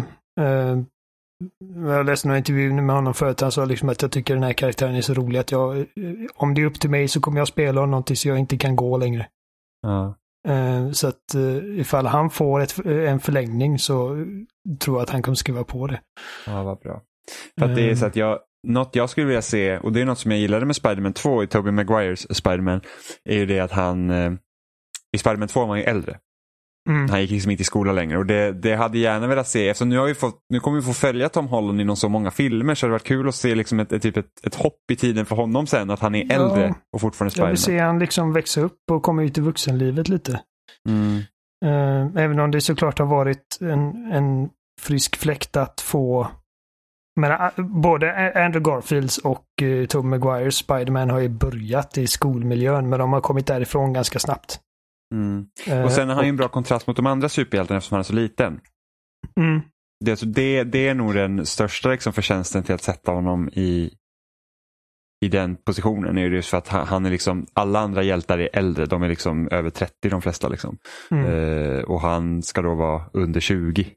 S2: Jag läste några intervjuer med honom förut. Han sa liksom att jag tycker den här karaktären är så rolig att om det är upp till mig så kommer jag spela honom tills jag inte kan gå längre. Ja. Så att ifall han får en förlängning så tror jag att han kommer skriva på det.
S3: Ja, vad bra. För att det är så att något jag skulle vilja se, och det är något som jag gillade med Spider-Man 2 i Tobey Maguires Spider-Man, är ju det att han i Spider-Man 2 var han ju äldre. Han gick liksom inte i skola längre. Och det hade jag gärna velat se. Eftersom nu kommer vi få följa Tom Holland inom så många filmer, så det hade varit kul att se liksom ett hopp i tiden för honom sen. Att han är äldre och fortfarande Spider-Man.
S2: Jag vill se han liksom växa upp och komma ut i vuxenlivet lite. Även om det såklart har varit en frisk fläkt att få... Men både Andrew Garfields och Tobey Maguires Spider-Man har ju börjat i skolmiljön, men de har kommit därifrån ganska snabbt.
S3: Och sen har han ju en bra kontrast mot de andra superhjältarna eftersom han är så liten. Det är nog den största liksom förtjänsten till att sätta honom i den positionen, är just för att han är liksom, alla andra hjältar är äldre, de är liksom över 30 de flesta liksom. Och han ska då vara under 20.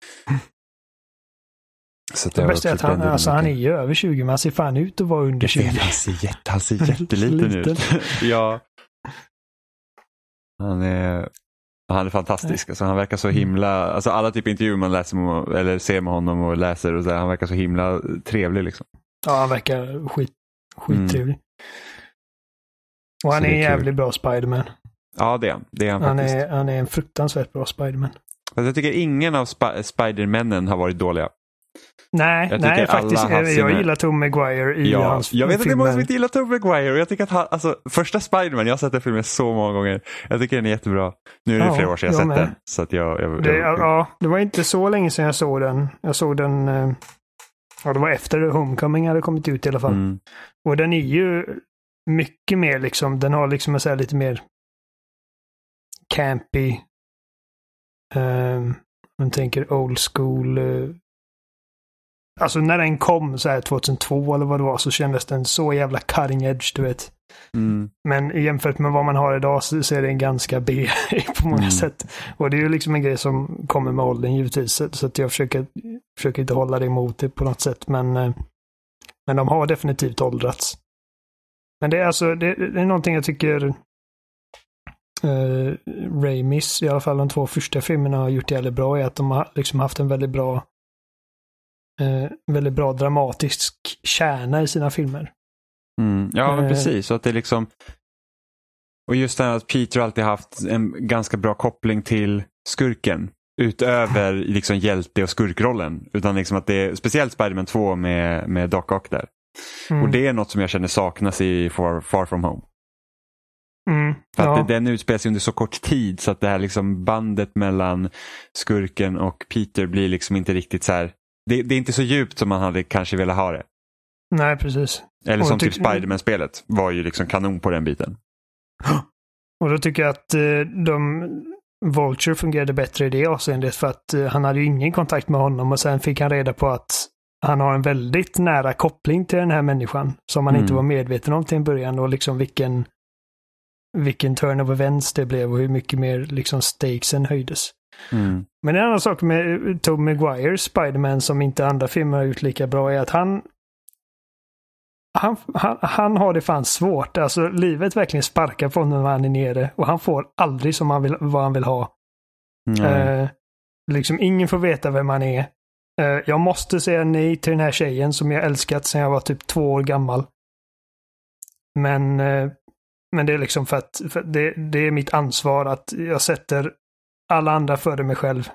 S3: Så det
S2: bästa är att han är ju över 20, men han ser fan ut att vara under 20.
S3: Han ser jätteliten ut. Ja. Han är fantastisk. Alltså, han verkar så himla... Alltså, alla typ intervjuer man läser eller ser med honom och läser. Och så, han verkar så himla trevlig. Liksom.
S2: Ja, han verkar skittrevlig. Och han är en jävligt bra Spider-Man.
S3: Ja, det är han faktiskt.
S2: Han är en fruktansvärt bra Spider-Man.
S3: Alltså, jag tycker ingen av Spider-männen har varit dåliga.
S2: Nej, faktiskt. Jag gillar Tom Maguire i hans filmer.
S3: Jag vet att det är många som inte gillar Tom Maguire. Och jag tycker att alltså, första Spider-Man, jag har sett den filmen så många gånger. Jag tycker den är jättebra. Nu är det flera år sedan jag sett den. Så att
S2: det var inte så länge sedan jag såg den. Jag såg den... det var efter Homecoming hade kommit ut i alla fall. Och den är ju mycket mer liksom... Den har liksom så här lite mer campy... man tänker old school... Alltså när den kom så här 2002 eller vad det var så kändes den så jävla cutting edge, du vet. Men jämfört med vad man har idag så är det en ganska B på många sätt. Och det är ju liksom en grej som kommer med åldern givetvis. Så att jag försöker inte hålla det emot det på något sätt. Men de har definitivt åldrats. Men det är alltså, det är någonting jag tycker Raimis, i alla fall de 2 första filmerna har gjort jävligt bra, är att de har liksom haft en väldigt bra dramatisk kärna i sina filmer.
S3: Ja, men precis. Så att det är liksom... Och just det här att Peter alltid haft en ganska bra koppling till skurken. Utöver liksom hjälte- och skurkrollen. Utan liksom att det är speciellt Spider-Man 2 med Doc Ock där. Och det är något som jag känner saknas i Far From Home. För att den utspelar sig under så kort tid så att det här liksom bandet mellan skurken och Peter blir liksom inte riktigt så här... Det är inte så djupt som man hade kanske velat ha det.
S2: Nej, precis.
S3: Eller som typ Spider-Man-spelet var ju liksom kanon på den biten.
S2: Och då tycker jag att Vulture fungerade bättre i det avseendet, för att han hade ju ingen kontakt med honom och sen fick han reda på att han har en väldigt nära koppling till den här människan som han inte var medveten om till en början, och liksom vilken turn of events det blev och hur mycket mer liksom stakesen höjdes. Men en annan sak med Tom Maguire Spider-Man som inte andra filmer har gjort lika bra är att han har det fan svårt. Alltså livet verkligen sparkar på honom när han är nere och han får aldrig som vad han vill ha. Liksom ingen får veta vem han är. Jag måste säga nej till den här tjejen som jag älskat sedan jag var typ 2 år gammal. Men det är liksom för att det är mitt ansvar att jag sätter alla andra före mig själv.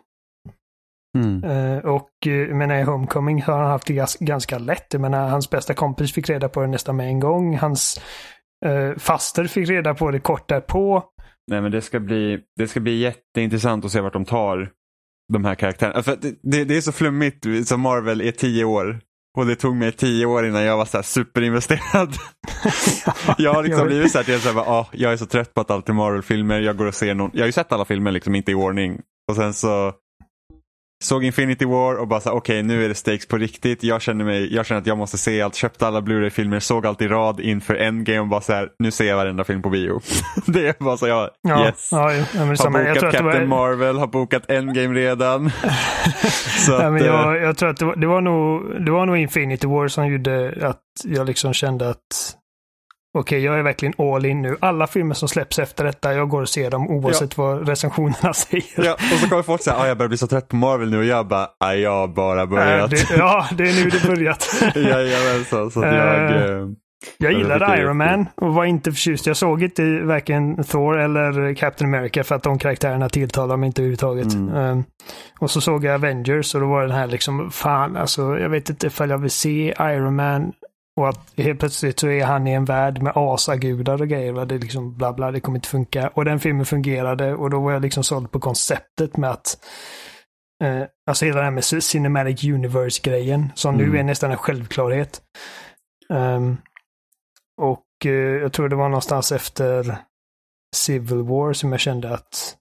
S2: Och men i Homecoming har han haft det ganska lätt. Jag menar, hans bästa kompis fick reda på det nästan med en gång. Hans faster fick reda på det kort därpå.
S3: Nej, men det ska bli jätteintressant att se vart de tar de här karaktärerna. För det är så flummigt som Marvel är 10 år. Och det tog mig 10 år innan jag var så här superinvesterad. Jag har liksom blivit så här att jag är så trött på att allt är Marvel-filmer. Jag går och ser någon. Jag har ju sett alla filmer liksom inte i ordning. Och sen så såg Infinity War och bara så okej, nu är det stakes på riktigt. Jag känner att jag måste se allt. Köpte alla Blu-ray-filmer, såg allt i rad inför Endgame och bara så här, nu ser jag varenda film på bio. Det är bara så yes. Har bokat Captain Marvel, har bokat Endgame redan. Så att,
S2: jag tror att det var nog Infinity War som gjorde att jag liksom kände att okej, jag är verkligen all in nu. Alla filmer som släpps efter detta, jag går och ser dem oavsett vad recensionerna säger.
S3: Ja, och så kommer folk säga, jag börjar bli så trött på Marvel nu, och jag bara, jag har bara börjat.
S2: Det är nu det börjat.
S3: Jajamensan, så att
S2: jag gillade Iron Man och var inte förtjust. Jag såg inte varken Thor eller Captain America för att de karaktärerna tilltalar mig inte överhuvudtaget. Och så såg jag Avengers och då var den här liksom, fan, alltså jag vet inte ifall jag vill se Iron Man. Och att helt plötsligt så är han i en värld med asagudar och grejer. Det är liksom bla bla, det kommer inte funka. Och den filmen fungerade och då var jag liksom såld på konceptet med att alltså hela det här med Cinematic Universe-grejen som nu är nästan en självklarhet. Och jag tror det var någonstans efter Civil War som jag kände att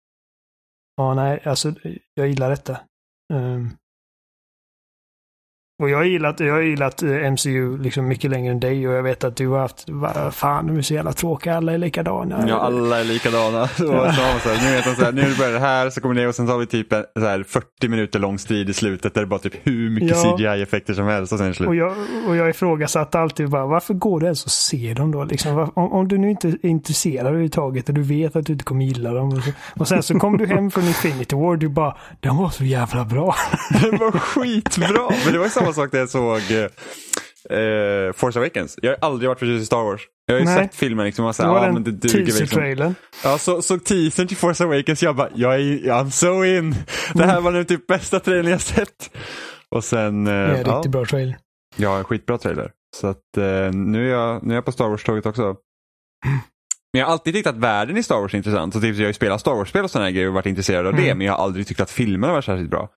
S2: nej, alltså jag gillar detta. Och jag har gillat MCU liksom mycket längre än dig och jag vet att du har haft, fan de är så jävla tråkiga, alla är likadana.
S3: Ja, alla är likadana. Och så har man så här, nu vet man så här, nu börjar det här, så kommer det och sen så har vi typ en så här 40 minuter lång strid i slutet där det bara typ hur mycket CGI-effekter som helst och sen är det slut.
S2: Och jag ifrågasatte alltid bara, varför går det ens att se dem då? Liksom, om du nu inte är intresserad överhuvudtaget och du vet att du inte kommer gilla dem. Och sen så kom du hem från Infinity War och du bara, den var så jävla bra.
S3: Den var skitbra. Men det var samma sak när jag såg Force Awakens. Jag har aldrig varit förtjust i Star Wars. Jag har ju sett filmen liksom och sagt, men det duger liksom. Ja, såg teasern till Force Awakens. Jag bara, I'm so in. Det här var nu typ bästa trailern jag sett. Och sen
S2: det är en riktigt bra trailer.
S3: Ja, en skitbra trailer. Så att nu är jag på Star Wars-tåget också. Men jag har alltid tyckt att världen i Star Wars är intressant. Så typ, jag har ju spelat Star Wars-spel och sådana här grejer och varit intresserad av det. Men jag har aldrig tyckt att filmerna var särskilt bra.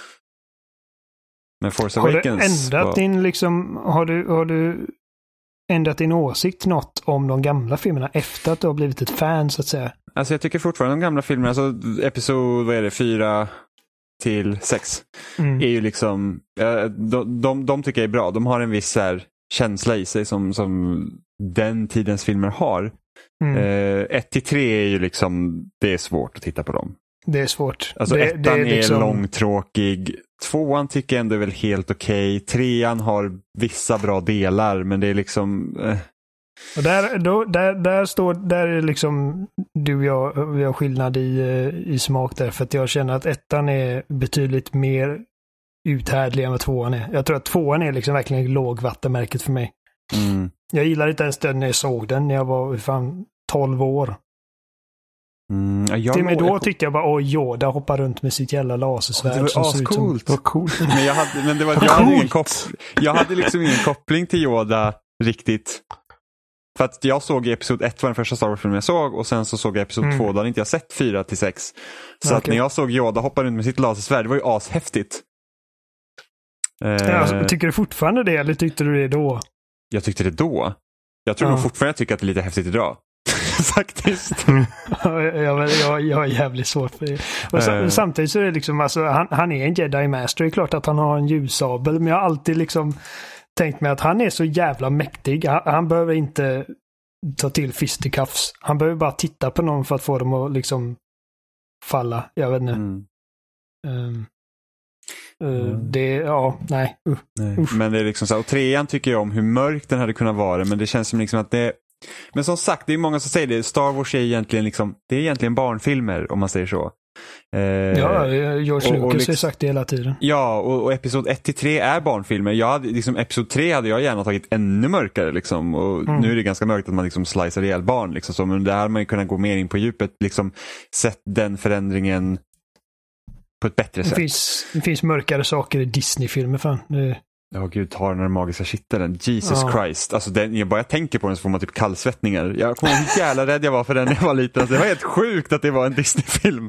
S3: Men Force Awakens...
S2: Har du ändrat din åsikt något om de gamla filmerna efter att du har blivit ett fan så att säga?
S3: Alltså jag tycker fortfarande de gamla filmerna, alltså episod, 4 till 6 är ju liksom, de tycker jag är bra. De har en viss här känsla i sig som den tidens filmer har. 1 till 3 är ju liksom, det är svårt att titta på dem.
S2: Det är svårt.
S3: Alltså
S2: det
S3: 1
S2: är liksom...
S3: långtråkig. 2 tycker jag ändå är väl helt okej. 3 har vissa bra delar, men det är liksom...
S2: Och där är liksom du och jag, vi har skillnad i smak där. För att jag känner att 1 är betydligt mer uthärdlig än vad 2 är. Jag tror att 2 är liksom verkligen lågvattenmärket för mig. Jag gillar inte ens den när jag såg den när jag var 12 år. Till och med då tyckte jag bara, Yoda hoppar runt med sitt jävla lasersvärd.
S3: Det var ascoolt. Det var coolt. Men jag hade liksom ingen koppling till Yoda riktigt. För att jag såg episod 1 var den första Star Wars-filmen jag såg och sen så såg jag episod 2, då hade inte jag sett 4 till 6. Så att när jag såg Yoda hoppa runt med sitt lasersvärd, det var ju ashäftigt.
S2: Tycker du fortfarande det eller tyckte du det då?
S3: Jag tyckte det då. Jag tror nog fortfarande jag tycker att det är lite häftigt idag. Faktiskt.
S2: Jag har jävligt svårt för det. Och samtidigt så är det liksom, alltså, han är en Jedi Master. Det är klart att han har en ljussabel, men jag har alltid liksom tänkt mig att han är så jävla mäktig. Han behöver inte ta till fisticuffs. Han behöver bara titta på någon för att få dem att liksom falla. Jag vet inte. Nej.
S3: Men det är liksom så, och 3 tycker jag om hur mörk den hade kunnat vara, men det känns som liksom att det, men som sagt, det är många som säger det, Star Wars är egentligen liksom, det är egentligen barnfilmer om man säger så.
S2: George Lucas har sagt det hela tiden.
S3: Ja, och episod 1 till 3 är barnfilmer. Jag hade, liksom, episod 3 hade jag gärna tagit ännu mörkare liksom, och nu är det ganska mörkt att man liksom slicear ihjäl barn liksom, så, men där hade man ju kunnat gå mer in på djupet, liksom sett den förändringen på ett bättre sätt.
S2: Det finns mörkare saker i Disney-filmer fan.
S3: Ja, gud, tar den magiska kitteln. Jesus Christ. Alltså, jag bara tänker på den så får man typ kallsvettningar. Jag kommer ihåg hur jävla rädd jag var för den när jag var liten. Alltså, det var helt sjukt att det var en Disney-film.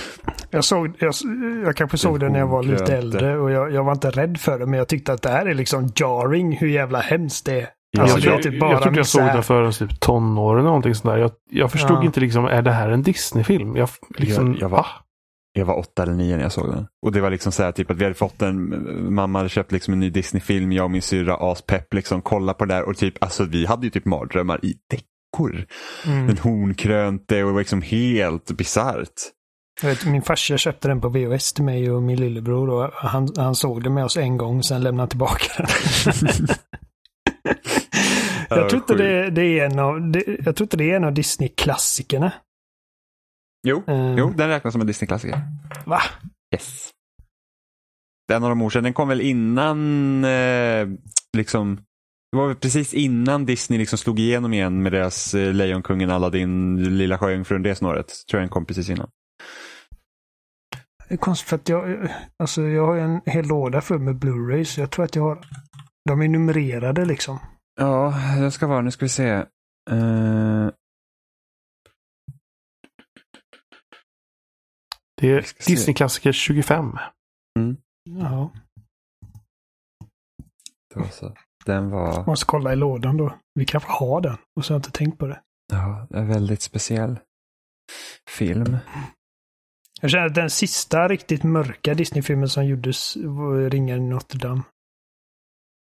S2: Jag kanske såg den när jag var lite äldre och jag var inte rädd för det, men jag tyckte att det här är liksom jarring hur jävla hemskt det är. Alltså,
S1: jag tyckte jag såg den för typ tonåren eller någonting sånt där. Jag förstod inte liksom, är det här en Disney-film?
S3: Jag var 8 eller 9 när jag såg den. Och det var liksom så här typ att vi hade fått mamma hade köpt liksom en ny Disney-film, jag och min syrra aspepp liksom, kolla på det där och typ, alltså vi hade ju typ mardrömmar i deckor. Den hornkrönte och det var liksom helt bizarrt.
S2: Jag vet, min farsa köpte den på VHS till mig och min lillebror och han såg det med oss en gång sen lämnade han tillbaka den. Jag tror inte det är en av Disney-klassikerna.
S3: Jo, den räknas som en Disney-klassiker.
S2: Va?
S3: Yes. Den av de år sedan, den kom väl innan liksom, det var väl precis innan Disney liksom slog igenom igen med deras Lejonkungen, Aladdin, Lilla Sjöjungfrun, det snåret. Tror jag den kom precis innan.
S2: Det är konstigt för att jag har en hel låda för med Blu-rays. Jag tror att de är numrerade liksom.
S3: Ja, det ska vara, nu ska vi se.
S1: Det är Disney-klassiker 25.
S2: Ja.
S3: Det var så. Den var...
S2: Måste kolla i lådan då. Vi kanske har den. Och så har jag inte tänkt på det.
S3: Ja, en väldigt speciell film.
S2: Jag känner att den sista riktigt mörka Disney-filmen som gjordes var Ringen i Notre Dame.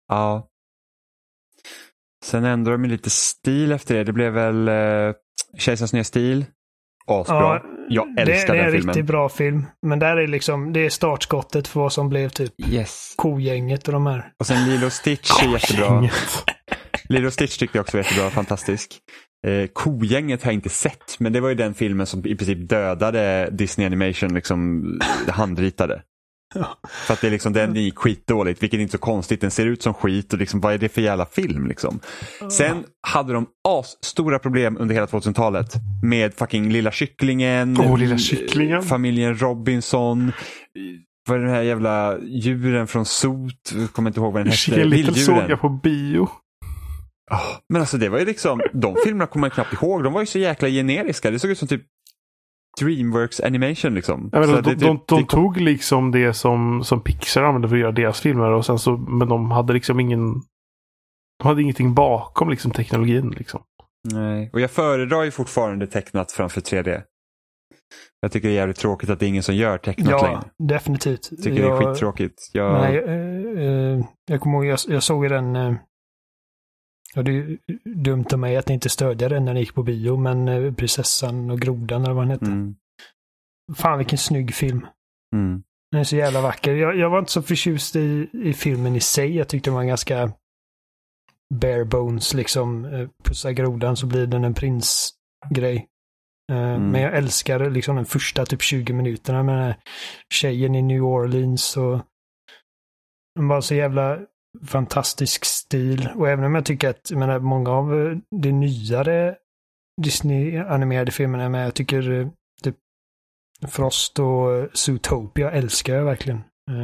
S3: Ja. Sen ändrade de lite stil efter det. Det blev väl Kejsarens nya stil. Asbra. Jag älskar den filmen.
S2: Det är en riktigt bra film. Men där är liksom, det är startskottet för vad som blev typ Kogänget och de här.
S3: Och sen Lilo Stitch är jättebra. Lilo Stitch tyckte jag också var jättebra, fantastisk. Kogänget har jag inte sett, men det var ju den filmen som i princip dödade Disney Animation, liksom handritade. Ja. För att det är liksom, den är skitdåligt, vilket är inte så konstigt. Den ser ut som skit och liksom, vad är det för jävla film liksom? Sen hade de stora problem under hela 2000-talet med fucking Lilla Kycklingen,
S1: Lilla Kycklingen,
S3: familjen Robinson, vad är den här jävla djuren från Sot, kommer inte ihåg vad den hette.
S1: Lilla såg jag på bio.
S3: Men alltså det var ju liksom, de filmerna kommer man knappt ihåg, de var ju så jäkla generiska. Det såg ut som typ Dreamworks Animation liksom.
S1: Ja, men de tog liksom det som Pixar använde för att göra deras filmer, och sen så, men de hade liksom de hade ingenting bakom liksom teknologin liksom.
S3: Nej, och jag föredrar ju fortfarande tecknat framför 3D. Jag tycker det är jävligt tråkigt att det är ingen som gör tecknat längre.
S2: Ja, definitivt.
S3: Jag tycker det är skittråkigt.
S2: Jag kommer ihåg, jag såg den. Ja, det är dumt av mig att inte stödja den när den gick på bio, men Prinsessan och Grodan eller vad den hette. Fan, vilken snygg film. Den är så jävla vacker. Jag var inte så förtjust i filmen i sig. Jag tyckte den var ganska bare bones, liksom. Pussa grodan så blir den en prinsgrej. Men jag älskar liksom den första typ 20 minuterna med den här tjejen i New Orleans, och den var så jävla fantastisk stil. Och även om jag tycker att många av de nyare Disney-animerade filmerna med, jag tycker typ Frost och Zootopia älskar jag verkligen.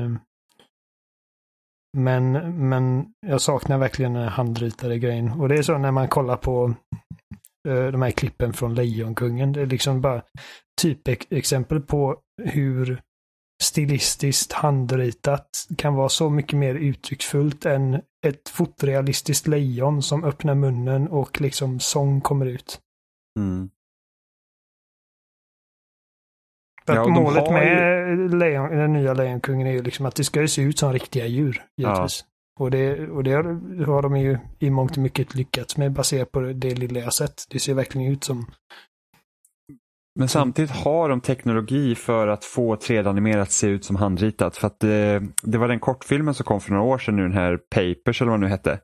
S2: Men jag saknar verkligen den handritade grejen. Och det är så när man kollar på de här klippen från Lejonkungen. Det är liksom bara typexempel på hur stilistiskt handritat kan vara så mycket mer uttrycksfullt än ett fotorealistiskt lejon som öppnar munnen och liksom sång kommer ut. Ja, målet med den nya Lejonkungen är ju liksom att det ska se ut som riktiga djur, givetvis. Ja. Och det har de ju i mångt och mycket lyckats med, baserat på det lilla jag sett. Det ser verkligen ut som...
S3: Men samtidigt har de teknologi för att få 3D-animerat att se ut som handritat. För att det var den kortfilmen som kom för några år sedan nu, den här Papers eller vad den nu hette.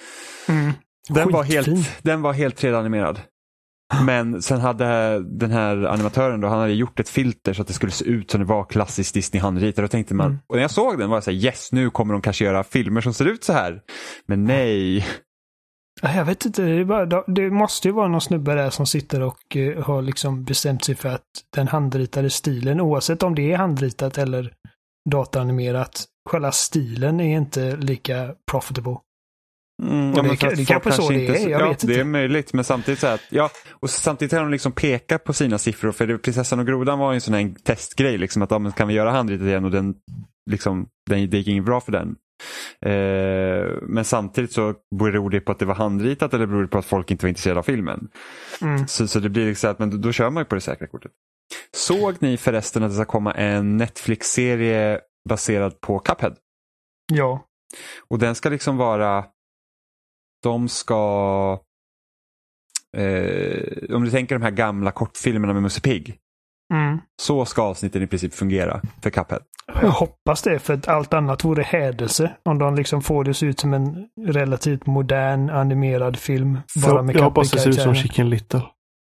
S3: Den var helt 3D-animerad. Men sen hade den här animatören då, han hade gjort ett filter så att det skulle se ut som det var klassiskt Disney handritad. Och tänkte man, och när jag såg den var jag så här, yes, nu kommer de kanske göra filmer som ser ut så här. Men nej.
S2: Jag vet inte, det måste ju vara någon snubbe där som sitter och har liksom bestämt sig för att den handritade stilen, oavsett om det är handritat eller dataanimerat, själva stilen är inte lika profitable. Det kanske så det är, jag vet inte.
S3: Det är möjligt, men samtidigt så att, och samtidigt har de liksom pekat på sina siffror, för Prinsessan och Grodan var ju en sån här testgrej liksom, att kan vi göra handritat igen, och det gick inget bra för den. Men samtidigt så beror det på att det var handritat, eller beror det på att folk inte var intresserade av filmen. Så det blir liksom att, men då kör man ju på det säkra kortet. Såg ni förresten att det ska komma en Netflix-serie baserad på Cuphead?
S2: Ja.
S3: Och den ska liksom vara, de ska om du tänker de här gamla kortfilmerna med Musse Pigg, så ska avsnitten i princip fungera för Cuphead.
S2: Jag hoppas det, för att allt annat vore hädelse om de liksom får det se ut som en relativt modern animerad film. Bara med
S1: jag hoppas det ser ut som Chicken Little.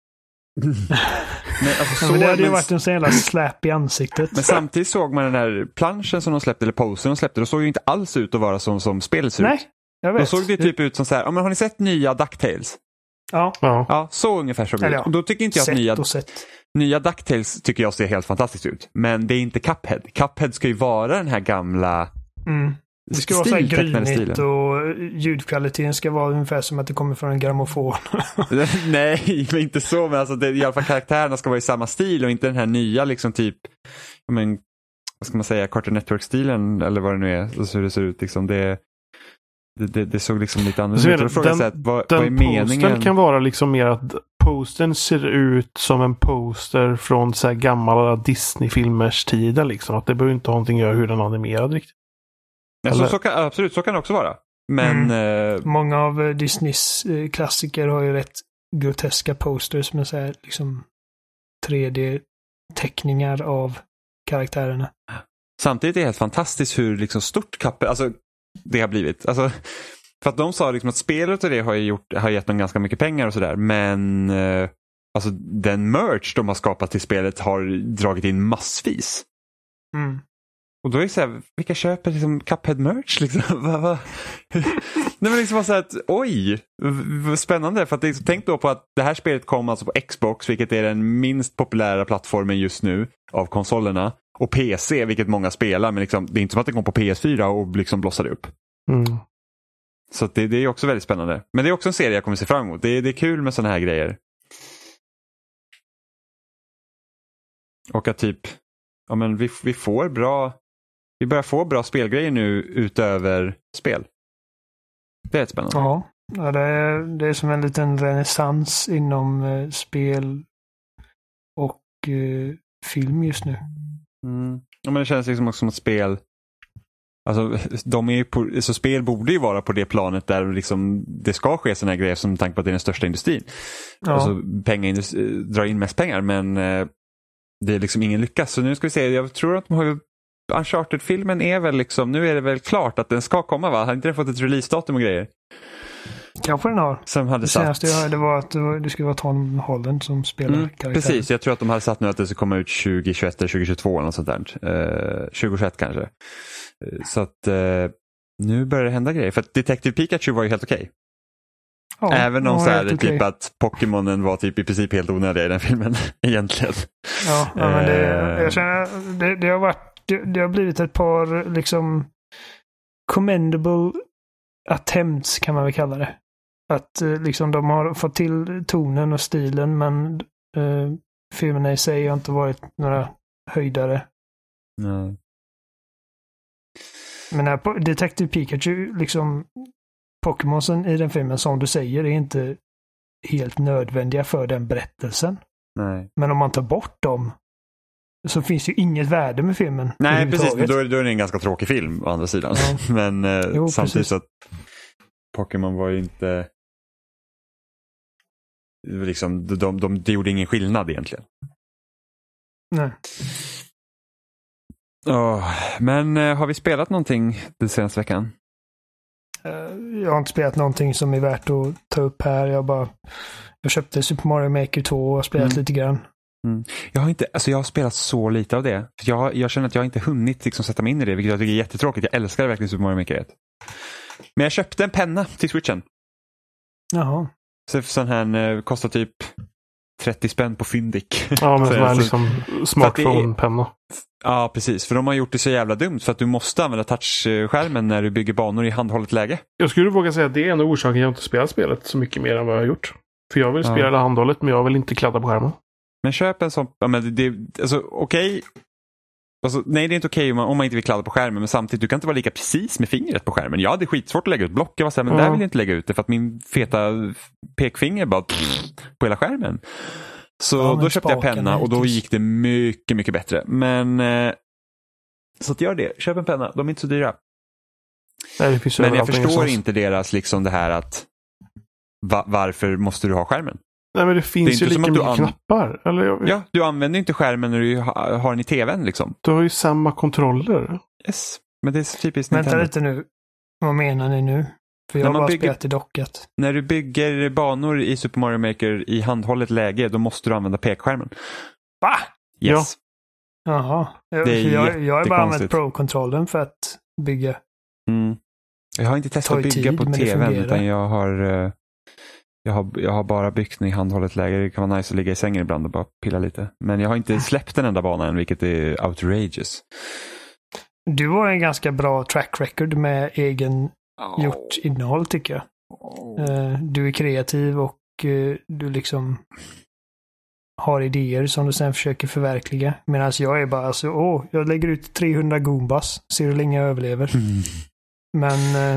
S2: Men det hade ju varit en sån jävla släp i ansiktet.
S3: Men samtidigt såg man den där planschen som de släppte, eller posen de släppte, då såg ju inte alls ut att vara som spelet ser ut.
S2: Jag vet.
S3: Då såg det typ ut som så här, men har ni sett nya DuckTales? Ja, så ungefär så.
S2: Ja.
S3: Då tycker inte jag att nya DuckTales tycker jag ser helt fantastiskt ut. Men det är inte Cuphead. Cuphead ska ju vara den här gamla
S2: det ska vara så här grynigt, och ljudkvaliteten ska vara ungefär som att det kommer från en grammofon.
S3: Nej, men inte så. Men alltså i alla fall karaktärerna ska vara i samma stil och inte den här nya liksom typ, vad ska man säga, Cartoon Network-stilen eller vad det nu är. Så hur det ser ut liksom. Det såg liksom lite annorlunda ut. Vad är meningen?
S1: Posten kan vara liksom mer att posten ser ut som en poster från så här gamla Disney-filmers tider liksom. Att det behöver inte ha någonting att göra hur den är animerad riktigt.
S3: Ja, absolut, så kan det också vara. Men...
S2: Många av Disneys klassiker har ju rätt groteska posters med så här, liksom 3D-teckningar av karaktärerna.
S3: Samtidigt är det helt fantastiskt hur liksom stort det har blivit. Alltså, för att de sa liksom att spelet och det har gett dem ganska mycket pengar och sådär. Men alltså, den merch de har skapat till spelet har dragit in massvis.
S2: Mm.
S3: Och då är det så här, vilka köper liksom Cuphead-merch? Liksom? Nej, men liksom så här att, oj, vad spännande. För att liksom, tänk då på att det här spelet kom alltså på Xbox, vilket är den minst populära plattformen just nu av konsolerna. Och PC, vilket många spelar, men liksom, det är inte som att det kom på PS4 och liksom blossade upp.
S1: Mm.
S3: Så att det är också väldigt spännande. Men det är också en serie jag kommer se fram emot. Det är kul med sådana här grejer. Och att typ, ja men vi börjar få bra spelgrejer nu utöver spel. Det är rätt spännande.
S2: Ja, det är som en liten renässans inom spel och film just nu.
S3: Mm. Ja, men det känns liksom också som ett spel. Alltså, så spel borde ju vara på det planet där liksom det ska ske såna här grejer som tanke på att det är den största industrin.
S2: Ja.
S3: Alltså drar in mest pengar, men det är liksom ingen lyckas. Så nu ska vi se, jag tror att Uncharted-filmen är väl liksom, nu är det väl klart att den ska komma, va? Har inte den fått ett releasedatum och grejer?
S2: Kanske den har.
S3: Som hade
S2: det senaste jag hörde var att det skulle vara Tom Holland som spelar karaktären.
S3: Precis, jag tror att de hade satt nu att det ska komma ut 2021 eller 2022 eller något sånt där. 2021 kanske. Så att nu börjar det hända grejer. För att Detective Pikachu var ju helt okej.
S2: Ja,
S3: även om så är det typ
S2: okej.
S3: att Pokémonen var typ i princip helt onödiga i den filmen egentligen.
S2: Ja, men jag känner det har blivit ett par liksom commendable attempts kan man väl kalla det. Att liksom de har fått till tonen och stilen, men filmerna i sig har inte varit några höjdare.
S3: Nej.
S2: Men här Detective Pikachu, liksom Pokémonsen i den filmen, som du säger, är inte helt nödvändiga för den berättelsen.
S3: Nej.
S2: Men om man tar bort dem så finns ju inget värde med filmen.
S3: Nej, precis. Då är det en ganska tråkig film å andra sidan. Ja. Men samtidigt så att Pokémon var ju inte liksom, de gjorde ingen skillnad egentligen.
S2: Nej.
S3: Men har vi spelat någonting den senaste veckan?
S2: Jag har inte spelat någonting som är värt att ta upp här. Jag köpte Super Mario Maker 2 och har spelat lite grann.
S3: Mm. Jag har spelat så lite av det. Jag känner att jag inte hunnit liksom sätta mig in i det, vilket jag tycker är jättetråkigt. Jag älskar verkligen Super Mario Maker 1. Men jag köpte en penna till Switchen.
S2: Jaha.
S3: Så sån här kostar typ 30 spänn på Fyndik.
S1: Ja, men sån här liksom smartphone-penna.
S3: Ja, precis. För de har gjort det så jävla dumt för att du måste använda touchskärmen när du bygger banor i handhållet läge. Jag skulle våga säga att det är en av orsaken jag inte spelat spelet så mycket mer än vad jag har gjort. För jag vill spela handhållet, men jag vill inte kladda på skärmen. Men köp en sån... Ja, men alltså, okej. Alltså, nej, det är inte okej om man inte vill kladda på skärmen, men samtidigt, du kan inte vara lika precis med fingret på skärmen. Ja, det är skitsvårt att lägga ut block. Jag var så här, men där vill jag inte lägga ut det för att min feta pekfinger bara på hela skärmen. Så då köpte jag penna och då gick det mycket, mycket bättre. Men så att gör det. Köp en penna. De är inte så dyra. Nej, men jag förstår inte deras liksom det här att varför måste du ha skärmen? Nej, men det finns ju lika mycket knappar. Eller ja, du använder inte skärmen när du har den i tvn liksom. Du har ju samma kontroller. Yes, men det är typiskt Nintendo.
S2: Vänta lite nu. Vad menar ni nu? För jag har bara spelat i dockat.
S3: När du bygger banor i Super Mario Maker i handhållet läge, då måste du använda pekskärmen.
S2: Va?
S3: Yes.
S2: Ja. Jaha. Jag har bara använt Pro-kontrollen för att bygga.
S3: Mm. Jag har inte testat att bygga på tvn, utan jag har bara byggt den i handhållet läge. Det kan vara nice att ligga i sängen ibland och bara pilla lite. Men jag har inte släppt den enda banan än, vilket är outrageous.
S2: Du har en ganska bra track record med egen gjort innehåll, tycker jag. Du är kreativ och du liksom har idéer som du sen försöker förverkliga. Medan jag är bara jag lägger ut 300 Goombas, ser hur länge jag överlever. Men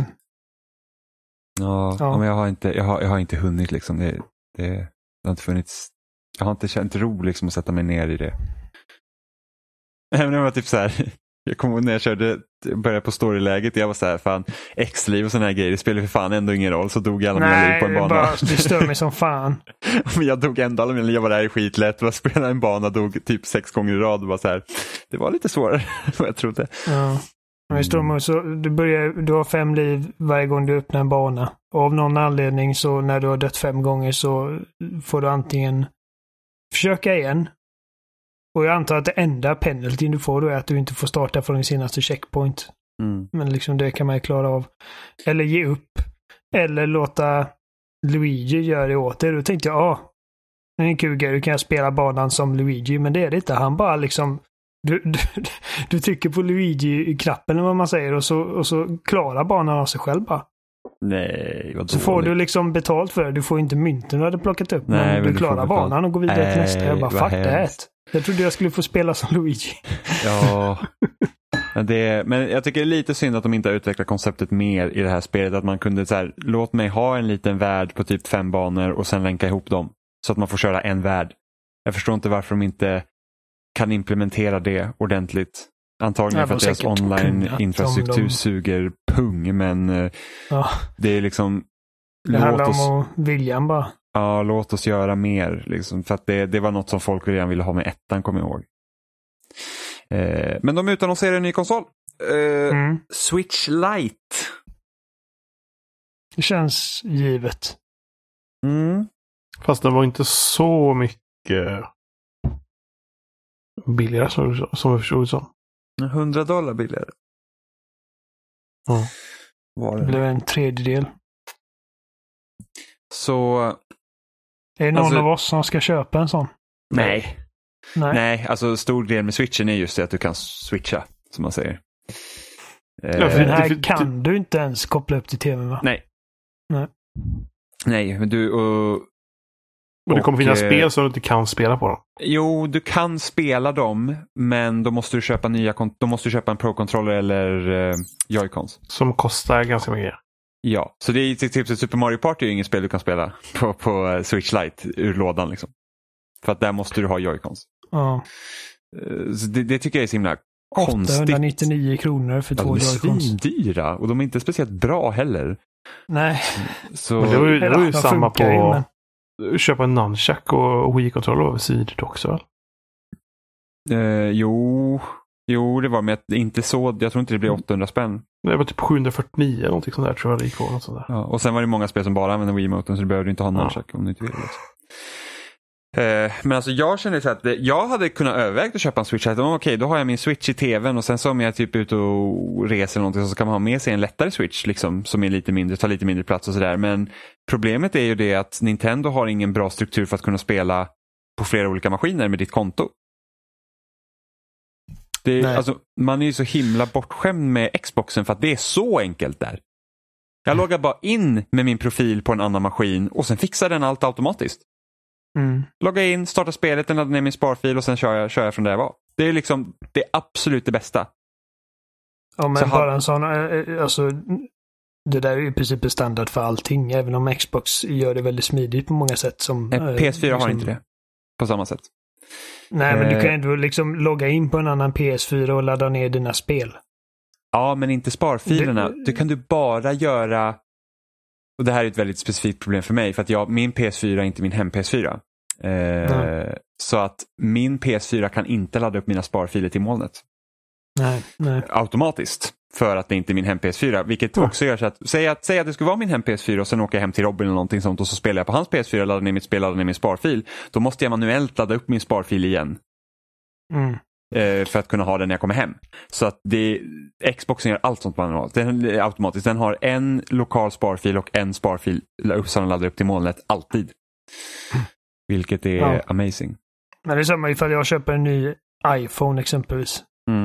S3: men jag har inte hunnit liksom. Det har inte funnits. Jag har inte känt ro liksom att sätta mig ner i det. Även om jag typ så här Jag kommer ihåg när jag började på storyläget. Jag var så här, fan, X-liv och såna här grejer. Det spelar för fan ändå ingen roll. Så dog alla mina liv på en bana.
S2: Det stör mig som fan.
S3: Men jag dog ändå alla mina liv. Jag var där i skitlätt. Jag spelade en bana, dog typ 6 gånger i rad. Och var så här, det var lite svårare än vad jag trodde.
S2: Ja. Så du har 5 liv varje gång du öppnar en bana. Och av någon anledning så när du har dött 5 gånger så får du antingen försöka igen. Och jag antar att det enda penaltyn du får då är att du inte får starta från din senaste checkpoint. Men liksom det kan man ju klara av. Eller ge upp. Eller låta Luigi göra det åt dig. Då tänkte jag, det är en kul grej. Du kan spela banan som Luigi. Men det är det inte. Han bara liksom du trycker på Luigi-knappen eller vad man säger. Och så klarar banan av sig själv bara.
S3: Nej, vad
S2: så får du liksom betalt för det. Du får inte mynten du hade plockat upp.
S3: Nej,
S2: men du klarar banan och går vidare till nästa. Jag bara, fuck that. Jag trodde jag skulle få spela som Luigi.
S3: Ja. Men jag tycker det är lite synd att de inte har utvecklat konceptet mer i det här spelet. Att man kunde så här, låt mig ha en liten värld på typ 5 banor och sen länka ihop dem. Så att man får köra en värld. Jag förstår inte varför de inte kan implementera det ordentligt. Antagligen för att deras online-infrastruktur suger pung. Men det är liksom...
S2: Det handlar om att viljan bara.
S3: Ja, låt oss göra mer. Liksom, för att det var något som folk redan ville ha med ettan, kommer jag ihåg. Men de utannonserar en ny konsol. Switch Lite.
S2: Det känns givet.
S1: Fast det var inte så mycket billigare som jag förstod det som.
S3: $100 billigare.
S2: Var det blev en tredjedel.
S3: Så...
S2: Är det någon av oss som ska köpa en sån?
S3: Nej, alltså stor del med switchen är just det att du kan switcha, som man säger.
S2: Den här kan du inte ens koppla upp till tvn, va?
S3: Nej, men du...
S1: Och det kommer finnas spel som du inte kan spela på dem.
S3: Jo, du kan spela dem, men då måste du köpa en Pro-controller eller Joy-Cons.
S1: Som kostar ganska mycket.
S3: Ja, så det är typ Super Mario Party är ju ingen spel du kan spela på Switch Lite ur lådan liksom. För att där måste du ha Joy-Cons.
S2: Ja.
S3: Så det tycker jag är så himla konstigt.
S2: 899 kronor för 2 Joy-Cons.
S3: De är svindyra och de är inte speciellt bra heller.
S2: Nej.
S3: Så...
S1: Men det var ju samma på... Köpa en nunchuck och Wii-kontroller över sidor också.
S3: Jo, det var med att inte så. Jag tror inte det blir 800 spänn.
S1: Det var typ 749 eller någonting sånt där, tror jag det gick på. Något sånt där.
S3: Ja, och sen var det många spel som bara använde Wii-motorn, så du behövde inte ha nunchuck om du inte vill. Liksom. Men alltså jag känner så att jag hade kunnat överväga att köpa en Switch. Okej, då har jag min Switch i tvn och sen så om jag typ ute och reser eller någonting så kan man ha med sig en lättare Switch liksom, som är lite mindre, tar lite mindre plats och sådär. Men problemet är ju det att Nintendo har ingen bra struktur för att kunna spela på flera olika maskiner med ditt konto. Alltså, man är ju så himla bortskämd med Xboxen för att det är så enkelt där. Jag loggar bara in med min profil på en annan maskin och sen fixar den allt automatiskt. Logga in, starta spelet, ladda ner min sparfil och sen kör jag från där jag var. Det är liksom det är absolut det bästa.
S2: Ja, men så bara en sån, alltså det där är ju i princip standard för allting, även om Xbox gör det väldigt smidigt på många sätt. Som
S3: PS4 har inte det på samma sätt.
S2: Nej, men du kan ändå liksom logga in på en annan PS4 och ladda ner dina spel.
S3: Ja, men inte sparfilerna. Det kan du bara göra. Och det här är ett väldigt specifikt problem för mig. För att min PS4 är inte min hem-PS4. Så att min PS4 kan inte ladda upp mina sparfiler till molnet.
S2: Nej.
S3: Automatiskt. För att det inte är min hem-PS4. Vilket också gör så att säg att det skulle vara min hem-PS4 och sen åker jag hem till Robin eller någonting sånt och så spelar jag på hans PS4, laddar ner mitt spel, laddar ner min sparfil. Då måste jag manuellt ladda upp min sparfil igen. För att kunna ha den när jag kommer hem. Så att Xboxen gör allt sånt manuellt. Den är automatiskt. Den har en lokal sparfil och en sparfil som den laddar upp till molnet alltid. Vilket är amazing.
S2: Men det är samma ifall jag köper en ny iPhone exempelvis.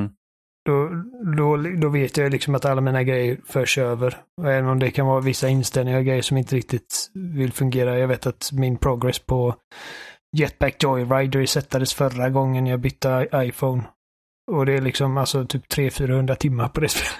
S2: Då vet jag liksom att alla mina grejer förs över. Och även om det kan vara vissa inställningar och grejer som inte riktigt vill fungera. Jag vet att min progress på Jetpack Joyride resettades förra gången jag bytte iPhone. Och det är liksom alltså typ 300-400 timmar på det spelet.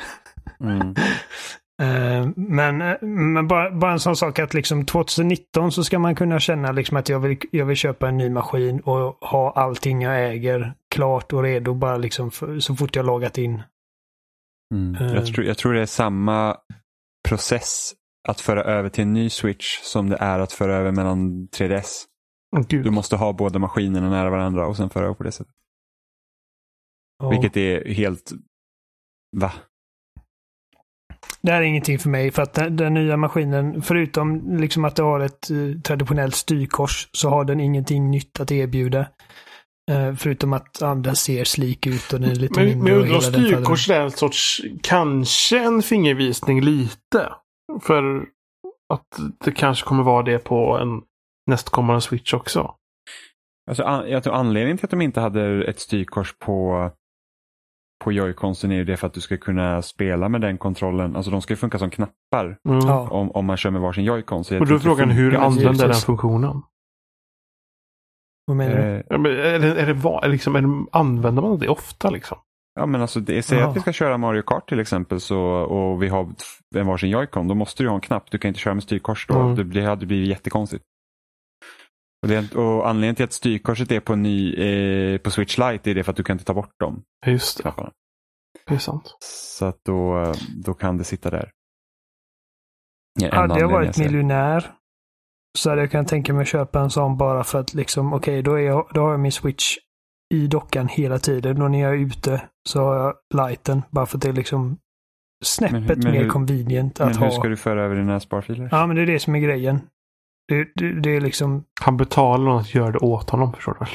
S2: Men bara en sån sak att liksom 2019 så ska man kunna känna liksom att jag vill köpa en ny maskin och ha allting jag äger klart och redo bara liksom så fort jag loggat in.
S3: Jag tror det är samma process att föra över till en ny Switch som det är att föra över mellan 3DS. Du måste ha båda maskinerna nära varandra och sen föra över på det sättet. Vilket är helt... Va?
S2: Det här är ingenting för mig för att den nya maskinen, förutom liksom att det har ett traditionellt styrkors, så har den ingenting nytt att erbjuda. Förutom att den ser slik ut och den är lite mindre.
S1: Men undrar styrkors är en sorts, kanske en fingervisning lite. För att det kanske kommer vara det på en nästkommande Switch också.
S3: Alltså, jag tror anledningen till att de inte hade ett styrkors på Joy-Consen är ju det för att du ska kunna spela med den kontrollen. Alltså de ska ju funka som knappar om man kör med varsin Joy-Con. Så
S1: och då är frågan hur använder den funktionen?
S2: Vad menar du?
S1: Använder man det ofta liksom?
S3: Ja, men alltså säg att vi ska köra Mario Kart till exempel och vi har en varsin Joy-Con, då måste du ha en knapp. Du kan inte köra med styrkors då. Det hade blivit jättekonstigt. Och anledningen till att styrkorset är på Switch Lite är det för att du kan inte ta bort dem.
S1: Just det.
S3: Knapparna.
S1: Det är sant.
S3: Så att då kan det sitta där.
S2: Hade jag varit miljonär så hade jag kunnat tänka mig att köpa en sån bara för att liksom, okej, då har jag min Switch i dockan hela tiden och när jag är ute så har jag Liten bara för att det är liksom snäppet mer convenient att ha.
S3: Men hur ska du föra över dina sparfiler?
S2: Ja, men det är det som är grejen. Det är liksom...
S1: Han betalar någon att göra det åt honom, förstår du?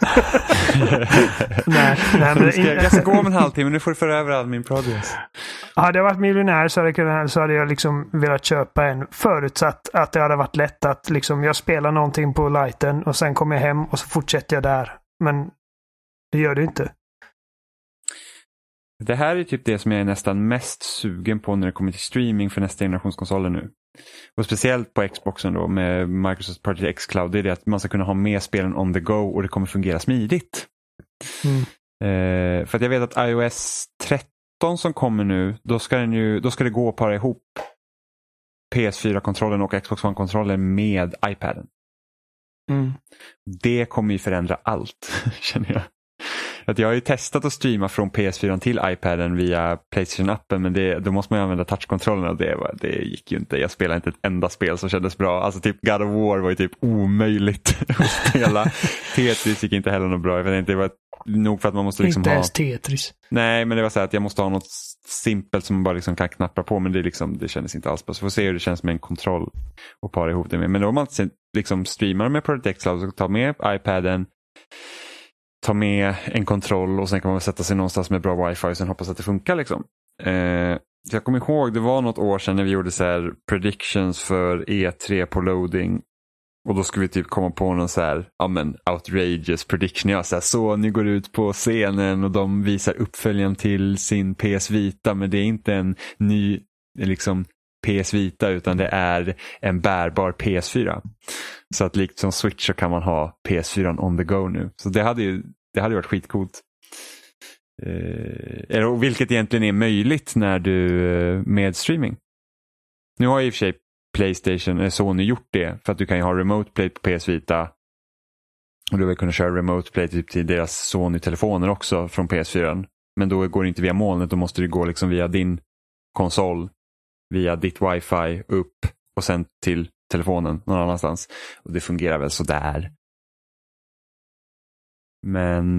S2: nej, men
S3: jag ska gå om en halvtimme, nu får du föra över all min progress.
S2: Hade jag varit miljonär så hade jag liksom velat köpa en, förutsatt att det hade varit lätt att liksom jag spelar någonting på Liten och sen kommer jag hem och så fortsätter jag där. Men det gör det inte.
S3: Det här är typ det som jag är nästan mest sugen på när det kommer till streaming för nästa generationskonsoler nu. Och speciellt på Xboxen då med Microsoft Project X Cloud, det är det att man ska kunna ha med spelen on the go och det kommer fungera smidigt. För att jag vet att iOS 13 som kommer nu, då ska det gå att para ihop PS4-kontrollen och Xbox One-kontrollen med iPaden. Det kommer ju förändra allt, känner jag. Att jag har ju testat att streama från PS4 till iPaden via PlayStation-appen, men då måste man ju använda touchkontrollen och det gick ju inte. Jag spelade inte ett enda spel som kändes bra. Alltså typ God of War var ju typ omöjligt att spela. Tetris gick inte heller något bra. Jag vet inte, det var nog för att man måste liksom
S2: inte ens Tetris.
S3: Nej, men det var så här att jag måste ha något simpelt som man bara liksom kan knappa på, men det kändes inte alls bra. Så får se hur det känns med en kontroll och para ihop det med. Men om man liksom streamar med Project X Cloud så ta med iPaden, ta med en kontroll och sen kan man sätta sig någonstans med bra wifi och sen hoppas att det funkar liksom. Så jag kommer ihåg, det var något år sedan när vi gjorde så här predictions för E3 på loading och då skulle vi typ komma på någon så här outrageous prediction. Så ni går ut på scenen och de visar uppföljaren till sin PS Vita, men det är inte en ny liksom PS Vita utan det är en bärbar PS4. Så att likt som Switch så kan man ha PS4 on the go nu. Så det hade varit skitcoolt. Vilket egentligen är möjligt när du med streaming. Nu har i och för sig PlayStation, Sony gjort det för att du kan ju ha remote play på PS Vita. Och du vill kunna köra remote play typ till deras Sony-telefoner också från PS4. Men då går det inte via molnet, då måste det gå liksom via din konsol, via ditt wifi upp och sen till telefonen någon annanstans. Och det fungerar väl så där. Men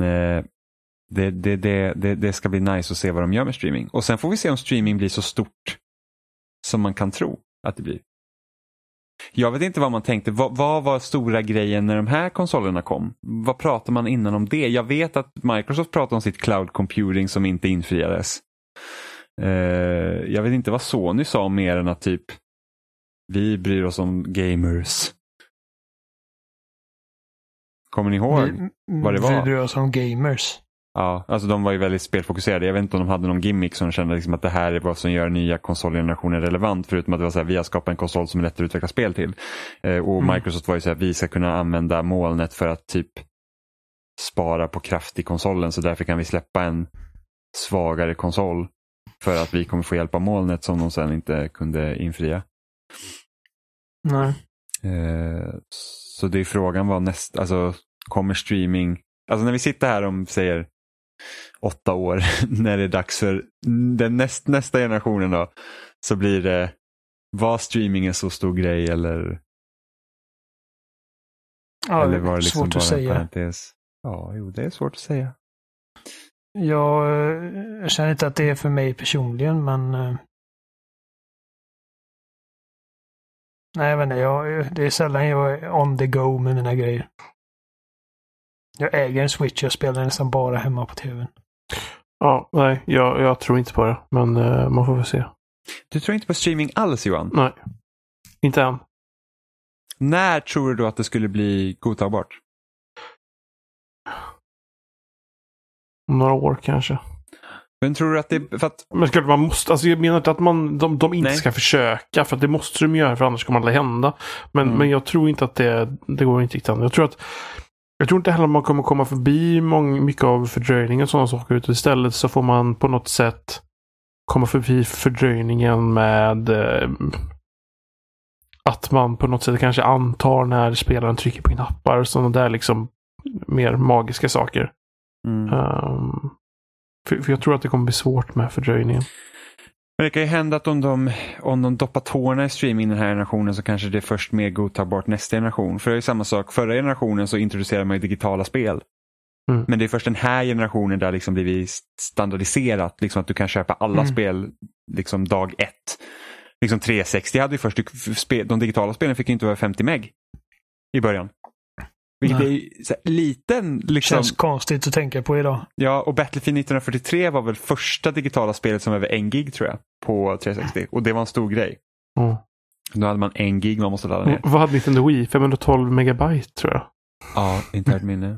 S3: det ska bli nice att se vad de gör med streaming. Och sen får vi se om streaming blir så stort som man kan tro att det blir. Jag vet inte vad man tänkte. Vad var stora grejen när de här konsolerna kom? Vad pratar man innan om det? Jag vet att Microsoft pratade om sitt cloud computing som inte infriades. Jag vet inte vad Sony sa mer än att typ vi bryr oss om gamers. Kommer ni ihåg vad det var?
S2: Vi bryr oss om gamers.
S3: Ja, alltså de var ju väldigt spelfokuserade. Jag vet inte om de hade någon gimmick som kände liksom att det här är vad som gör nya konsolgenerationer relevant. Förutom att det var så här, vi har skapat en konsol som är lättare att utveckla spel till. Och Microsoft var ju så här, vi ska kunna använda molnet för att typ spara på kraft i konsolen. Så därför kan vi släppa en svagare konsol. För att vi kommer få hjälp av molnet som de sen inte kunde infria.
S2: Nej.
S3: Så det är frågan var alltså kommer streaming Alltså när vi sitter här om, säger 8 år, när det är dags för den nästa generationen då, så blir det, var streaming en så stor grej eller var det liksom
S2: svårt
S3: bara
S2: att säga.
S3: en parentes? Ja, jo, det är svårt att säga.
S2: Jag känner inte att det är för mig personligen, men nej, jag vet inte, det är sällan jag är on the go med mina grejer. Jag äger en Switch, jag spelar nästan bara hemma på tvn.
S1: Ja, nej, jag tror inte på det, men man får väl se.
S3: Du tror inte på streaming alls, Johan?
S1: Nej, inte än.
S3: När tror du då att det skulle bli godtagbart?
S1: Om några år kanske.
S3: Men tror du att det... För att...
S1: Men man måste, alltså jag menar inte att de inte ska försöka, för att det måste de göra, för annars kommer det aldrig hända. Men jag tror inte att det går inte riktigt än. Jag tror inte heller att man kommer komma förbi mycket av fördröjningen och sådana saker. Utan istället så får man på något sätt komma förbi fördröjningen med att man på något sätt kanske antar när spelaren trycker på knappar och sådana där liksom mer magiska saker. För jag tror att det kommer bli svårt med fördröjningen.
S3: Men det kan ju hända att om de doppar tårna i streaming den här generationen, så kanske det är först mer godtagbart nästa generation. För det är ju samma sak. Förra generationen så introducerar man ju digitala spel. Men det är först den här generationen där liksom blivit standardiserat. Liksom att du kan köpa alla spel liksom dag 1. Liksom 360 hade ju först, de digitala spelen fick ju inte över 50 meg i början. Vilket är så här, liten liksom...
S2: Känns konstigt att tänka på idag.
S3: Ja, och Battlefield 1943 var väl första digitala spelet som var över 1 gig tror jag på 360. Och det var en stor grej. Då hade man 1 gig man måste ladda ner.
S1: Vad hade Nintendo Wii? 512 megabyte tror jag.
S3: Ja, inte ett minne.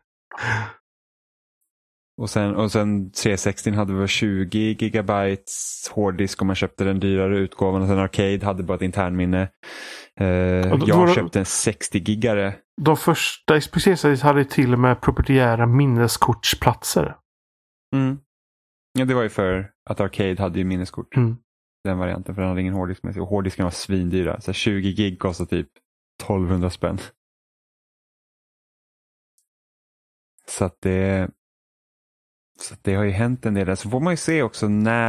S3: Och sen 360 hade väl 20 gigabytes hårddisk om man köpte den dyrare utgåvan. Och sen Arcade hade bara ett internminne. Jag köpte en 60-gigare.
S1: De första XPC hade till och med proprietära minneskortsplatser.
S3: Ja, det var ju för att Arcade hade ju minneskort. Den varianten, för den hade ingen hårddisk med sig. Och hårddisken var svindyra. Så 20 gig kostade typ 1200 spänn. Så att det har ju hänt en del där. Så får man ju se också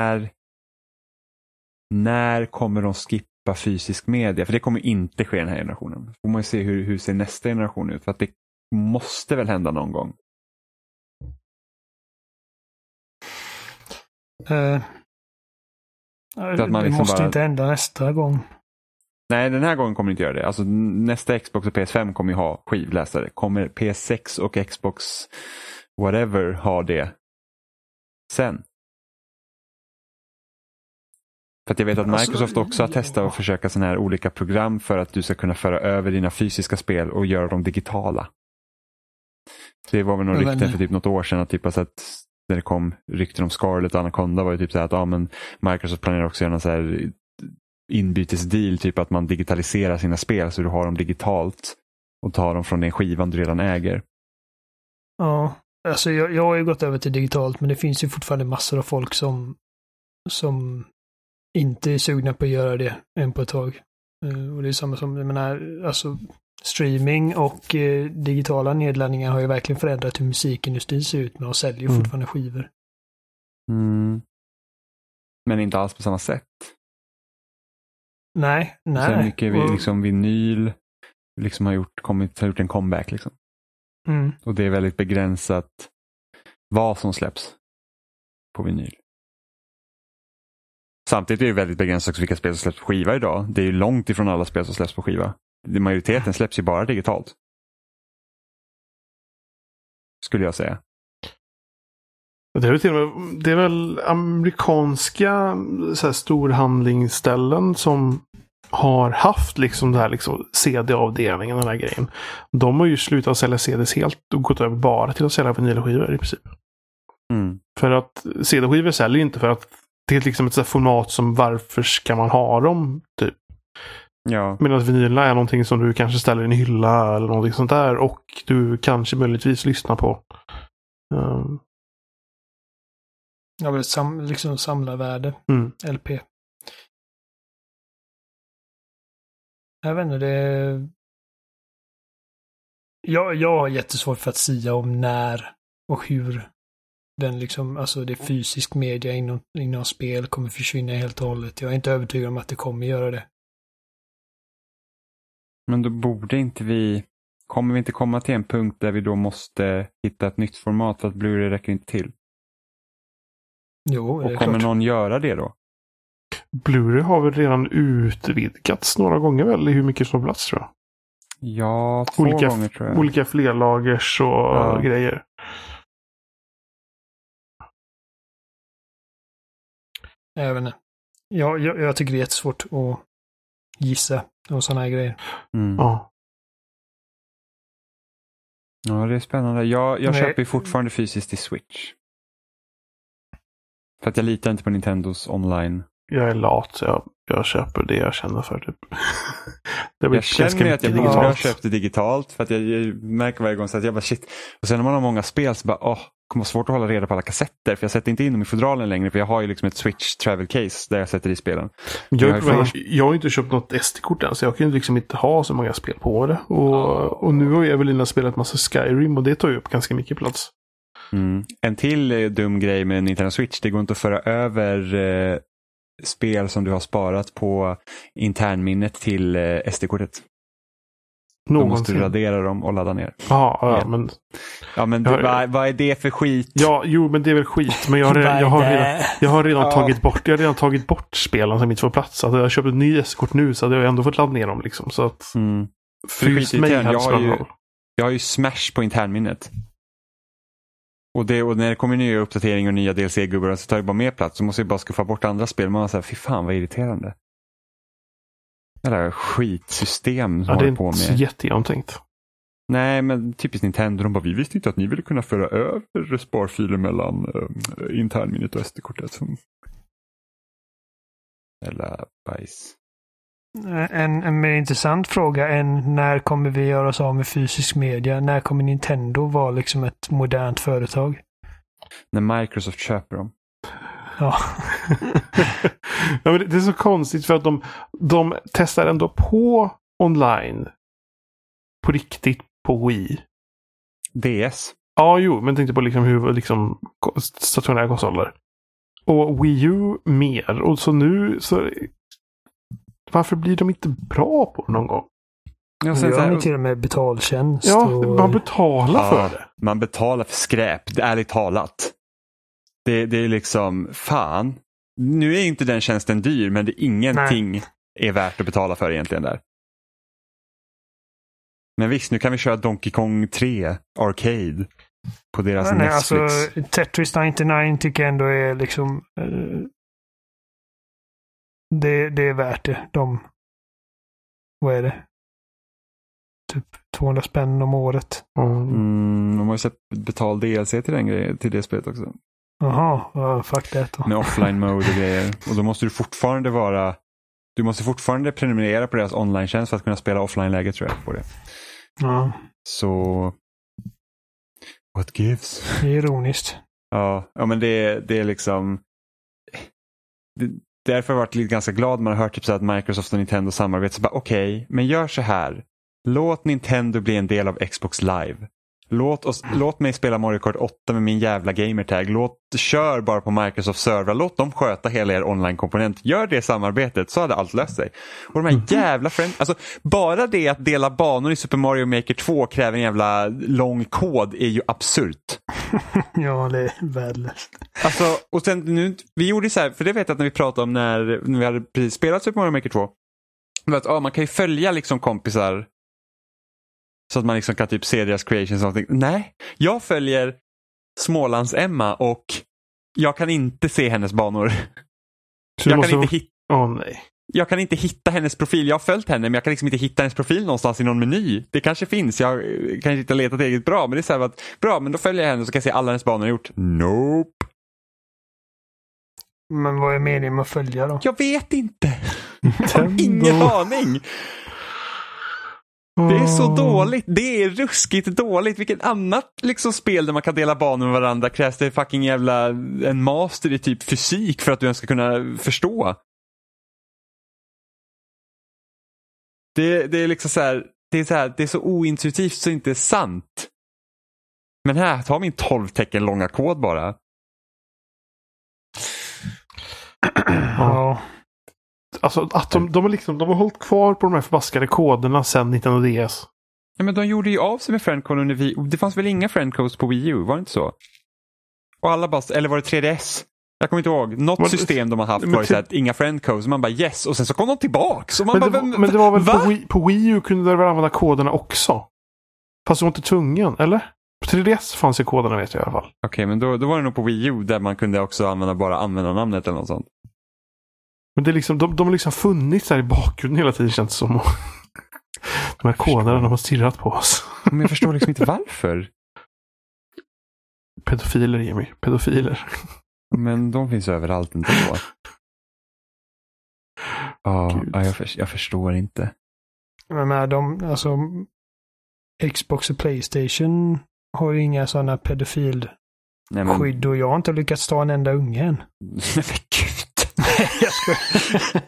S3: när kommer de skippa fysisk media? För det kommer inte ske den här generationen. Får man ju se hur ser nästa generation ut? För att det måste väl hända någon gång.
S2: Det liksom måste inte hända nästa gång.
S3: Nej, den här gången kommer det inte göra det. Alltså nästa Xbox och PS5 kommer ju ha skivläsare. Kommer PS6 och Xbox whatever ha det sen? För att jag vet att Microsoft också har testat att försöka sådana här olika program för att du ska kunna föra över dina fysiska spel och göra dem digitala. Det var väl någon rykte för typ något år sedan att typ alltså att när det kom rykten om Scarlet och Anaconda var det typ så här att men Microsoft planerar också göra en så här inbytesdeal, typ att man digitaliserar sina spel så du har dem digitalt och tar dem från den skivan du redan äger.
S2: Ja, alltså jag har ju gått över till digitalt, men det finns ju fortfarande massor av folk som inte är sugna på att göra det än på ett tag. Och det är samma som, jag menar, alltså streaming och digitala nedladdningar har ju verkligen förändrat hur musikindustrin ser ut, men de säljer ju fortfarande skivor.
S3: Men inte alls på samma sätt.
S2: Nej.
S3: Så mycket liksom vinyl liksom har gjort en comeback liksom. Och det är väldigt begränsat vad som släpps på vinyl. Samtidigt är det väldigt begränsat också vilka spel som släpps på skiva idag. Det är ju långt ifrån alla spel som släpps på skiva. Majoriteten släpps ju bara digitalt. Skulle jag säga.
S1: Det är väl amerikanska så här, storhandlingsställen som har haft liksom det här liksom CD-avdelningen, den här grejen. De har ju slutat sälja CDs helt och gått över bara till att sälja vinylskivor i princip. För att CD-skivor säljer inte för att det är liksom ett så här format som varför ska man ha dem typ.
S3: Ja.
S1: Medan vinylerna är någonting som du kanske ställer i en hylla eller någonting sånt där och du kanske möjligtvis lyssnar på.
S2: Ja, väl liksom samlarvärde. LP. Jag vet inte, Jag har jättesvårt för att sia om när och hur den liksom, alltså det fysisk media inom spel kommer försvinna helt och hållet. Jag är inte övertygad om att det kommer göra det.
S3: Men då borde inte kommer vi inte komma till en punkt där vi då måste hitta ett nytt format för att Blu-ray räcker inte till?
S2: Jo, det är
S3: och kommer
S2: klart.
S3: någon göra det då?
S1: Blu-ray har väl redan utvidgats några gånger väl i hur mycket som plats tror jag.
S3: Ja, 2 gånger tror jag.
S1: Olika flerlagers och grejer.
S2: Även jag tycker det är jättesvårt att gissa om sådana här grejer.
S3: Mm.
S1: Ja.
S3: Ja, det är spännande. Jag köper ju fortfarande fysiskt till Switch. För att jag litar inte på Nintendos online.
S1: Jag är lat så jag köper det jag känner för typ.
S3: Jag känner att jag borde ha köpt det digitalt för att jag märker varje gång så att jag bara shit. Och sen när man har många spel så bara kommer vara svårt att hålla reda på alla kassetter för jag sätter inte in dem i fodralen längre för jag har ju liksom ett Switch Travel Case där jag sätter i spelen.
S1: Jag har inte köpt något SD-kort än så jag kan ju liksom inte ha så många spel på det. Och nu har Evelina spelat massa Skyrim och det tar ju upp ganska mycket plats.
S3: Mm. En till dum grej med Nintendo Switch, det går inte att föra över spel som du har sparat på internminnet till SD-kortet. Då måste du radera dem och ladda ner.
S1: Ja, men...
S3: Ja, men vad är det för skit?
S1: Ja, jo, men det är väl skit. Men jag har redan tagit bort spelen som inte får plats. Alltså, jag har köpt ett ny SD-kort nu så hade jag ändå fått ladda ner dem liksom. Så att...
S3: För mig jag har ju Smash på internminnet. Och när det kommer nya uppdateringar och nya DLC-gubbar så tar det bara mer plats. Så måste jag bara skuffa bort andra spel. Man var så här, fy fan vad irriterande. Det där skitsystem som håller på med.
S1: Det är inte så jättegenomtänkt.
S3: Nej, men typiskt Nintendo. De bara, vi visste inte att ni ville kunna föra över sparfiler mellan internminnet och SD-kortet. Eller bajs.
S2: En mer intressant fråga än när kommer vi göra oss av med fysisk media? När kommer Nintendo vara liksom ett modernt företag?
S3: När Microsoft köper dem.
S2: Ja.
S1: Ja, men det är så konstigt för att de testar ändå på online på riktigt på Wii.
S3: DS?
S1: Ja, jo, men tänkte på liksom hur liksom stationära konsoler. Och Wii U mer. Och så nu så varför blir de inte bra på det någon gång?
S2: Ja, sen gör till och med betaltjänst.
S1: Ja, man betalar för det.
S3: Man betalar för skräp, det är ärligt talat. Det är liksom, fan. Nu är inte den tjänsten dyr, men det är ingenting är värt att betala för egentligen där. Men visst, nu kan vi köra Donkey Kong 3 Arcade på deras Netflix.
S2: Alltså, Tetris 99 tycker jag ändå är liksom... Det är värt det. Vad är det? Typ 200 spänn om året.
S3: De har ju sett betal DLC till det spelet också.
S2: Jaha, fuck det då.
S3: Med offline mode och grejer. Och då måste du fortfarande prenumerera på deras online-tjänst för att kunna spela offline-läge tror jag på det.
S2: Ja.
S3: Så what gives?
S2: Det är ironiskt.
S3: Ja, men det är liksom därför har jag varit lite ganska glad när man har hört typ så att Microsoft och Nintendo samarbetar. Så bara okej, men gör så här. Låt Nintendo bli en del av Xbox Live. Låt mig spela Mario Kart 8 med min jävla gamertag. Kör bara på Microsoft server. Låt dem sköta hela er online-komponent. Gör det samarbetet så hade allt löst sig. Och de här jävla alltså bara det att dela banor i Super Mario Maker 2 kräver en jävla lång kod är ju absurt.
S2: Ja, det är värdelöst.
S3: Alltså, och sen nu, vi gjorde så här, för det vet jag att när vi pratade om när vi hade precis spelat Super Mario Maker 2. Att, man kan ju följa liksom kompisar så att man liksom kan typ se deras creations och någonting. Nej, jag följer Smålands Emma och jag kan inte se hennes banor. Jag kan inte hitta hennes profil. Jag har följt henne men jag kan liksom inte hitta hennes profil någonstans i någon meny. Det kanske finns. Jag kanske inte har letat eget bra. Men det är så här att bra, men då följer jag henne så kan jag se alla hennes banor gjort. Nope.
S2: Men vad är meningen med att följa då?
S3: Jag vet inte. Jag har ingen aning. Det är så dåligt. Det är ruskigt dåligt. Vilket annat liksom spel där man kan dela banor med varandra krävs det fucking jävla en master i typ fysik för att du ens ska kunna förstå. Det är liksom så här. det är så här, det är så ointuitivt så det inte är sant. Men här tar vi en 12 tecken långa kod bara.
S2: Ja.
S1: Alltså att de har hållit kvar på de här förbaskade koderna sedan 19DS.
S3: Ja, men de gjorde ju av sig med friendcode under Wii. Det fanns väl inga friendcodes på Wii U, var det inte så? Och alla bara, eller var det 3DS? Jag kommer inte ihåg. Något system de har haft var ju så att inga friendcodes. Man bara yes, och sen så kom de tillbaka. Så man
S1: men det var väl på Wii U kunde du väl använda koderna också? Fast du var inte tvungen, eller? På 3DS fanns ju koderna, vet jag i alla fall.
S3: Okej, men då var det nog på Wii U där man kunde också använda namnet eller något sånt.
S1: Men det är liksom, de har liksom funnits här i bakgrunden hela tiden, känns det som. De här koderna, de har stirrat på oss.
S3: Men jag förstår liksom inte varför.
S1: Pedofiler, Jimmy. Pedofiler.
S3: Men de finns överallt ändå. Jag förstår inte.
S2: Men alltså Xbox och PlayStation har ju inga sådana pedofilskydd och jag har inte lyckats ta en enda unge än.
S3: Men gud.
S2: Jag skojar.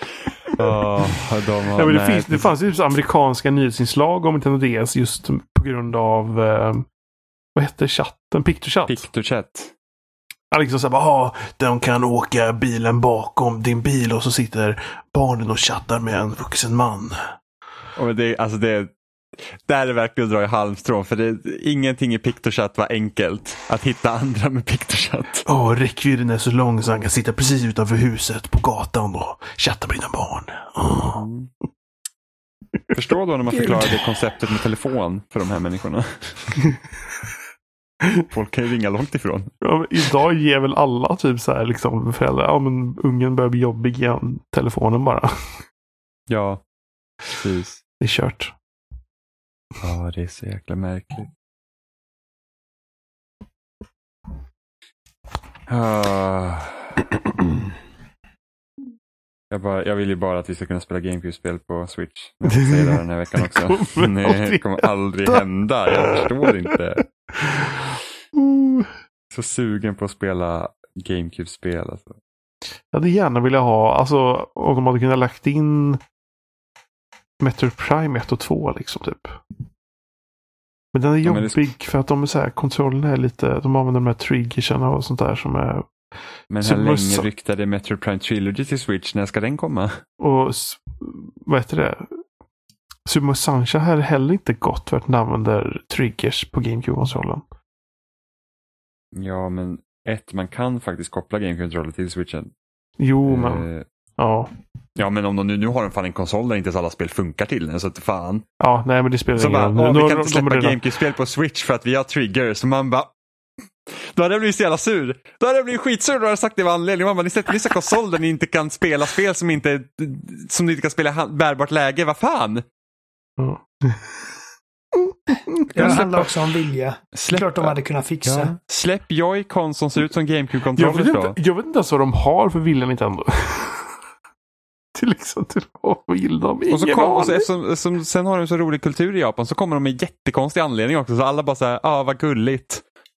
S1: Det fanns ju amerikanska nyhetsinslag om Nintendo DS just på grund av vad hette chatten? PictoChat. Ja, liksom såhär, de kan åka bilen bakom din bil och så sitter barnen och chattar med en vuxen man.
S3: Och det där är verkligen att dra i halmstrån, för ingenting i PictoChat var enkelt att hitta andra med PictoChat.
S1: Räckvidden är så lång så han kan sitta precis utanför huset på gatan och chatta med dina barn.
S3: Förstår då när man förklarade konceptet med telefon för de här människorna. Folk kan ju ringa långt ifrån.
S1: Ja, idag ger väl alla typ så här liksom föräldrar, men ungen börjar bli jobbig igen, telefonen bara.
S3: Ja, precis.
S1: Det är kört.
S3: Ja, det är så jäkla märkligt. Jag vill ju bara att vi ska kunna spela GameCube-spel på Switch. Jag ska säga det den här veckan också. Nej, det kommer aldrig hända. Jag förstår inte. Så sugen på att spela GameCube-spel. Alltså.
S1: Jag hade gärna vilja ha, alltså om de hade kunnat lagt in Metroid Prime 1 och 2 liksom typ. Men den är jobbig för att de är så här, kontrollen är lite, de använder de här triggersarna och sånt där som är.
S3: Men hur länge ryktade Metroid Prime Trilogy till Switch? När ska den komma?
S1: Och vad heter det? Super Mario Sunshine här är heller inte gott för att den använder triggers på GameCube-kontrollen.
S3: Ja, men man kan faktiskt koppla GameCube-kontrollen till Switchen.
S1: Jo, men ja.
S3: Ja, men om de nu har de fan en konsol där inte så alla spel funkar till den, så att fan.
S1: Ja, nej, men det spelar ingen
S3: roll. Vi kan inte släppa GameCube-spel på Switch för att vi har triggers. Så man bara, då hade jag blivit så jävla sur. Då hade jag blivit skitsur. Då hade jag sagt det var anledningen. Man bara, ni släpper vissa konsol där ni inte kan spela spel som ni inte kan spela bärbart läge. Vad fan?
S2: Det handlar också om vilja. Klart de hade kunnat fixa.
S3: Ja. Släpp Joy-Con som ser ut som GameCube-kontroller då.
S1: Jag vet inte ens vad de har för vilja Nintendo. Till exempel, vad vill de?
S3: Sen har de så rolig kultur i Japan, så kommer de med jättekonstig anledning också. Så alla bara såhär, vad gulligt.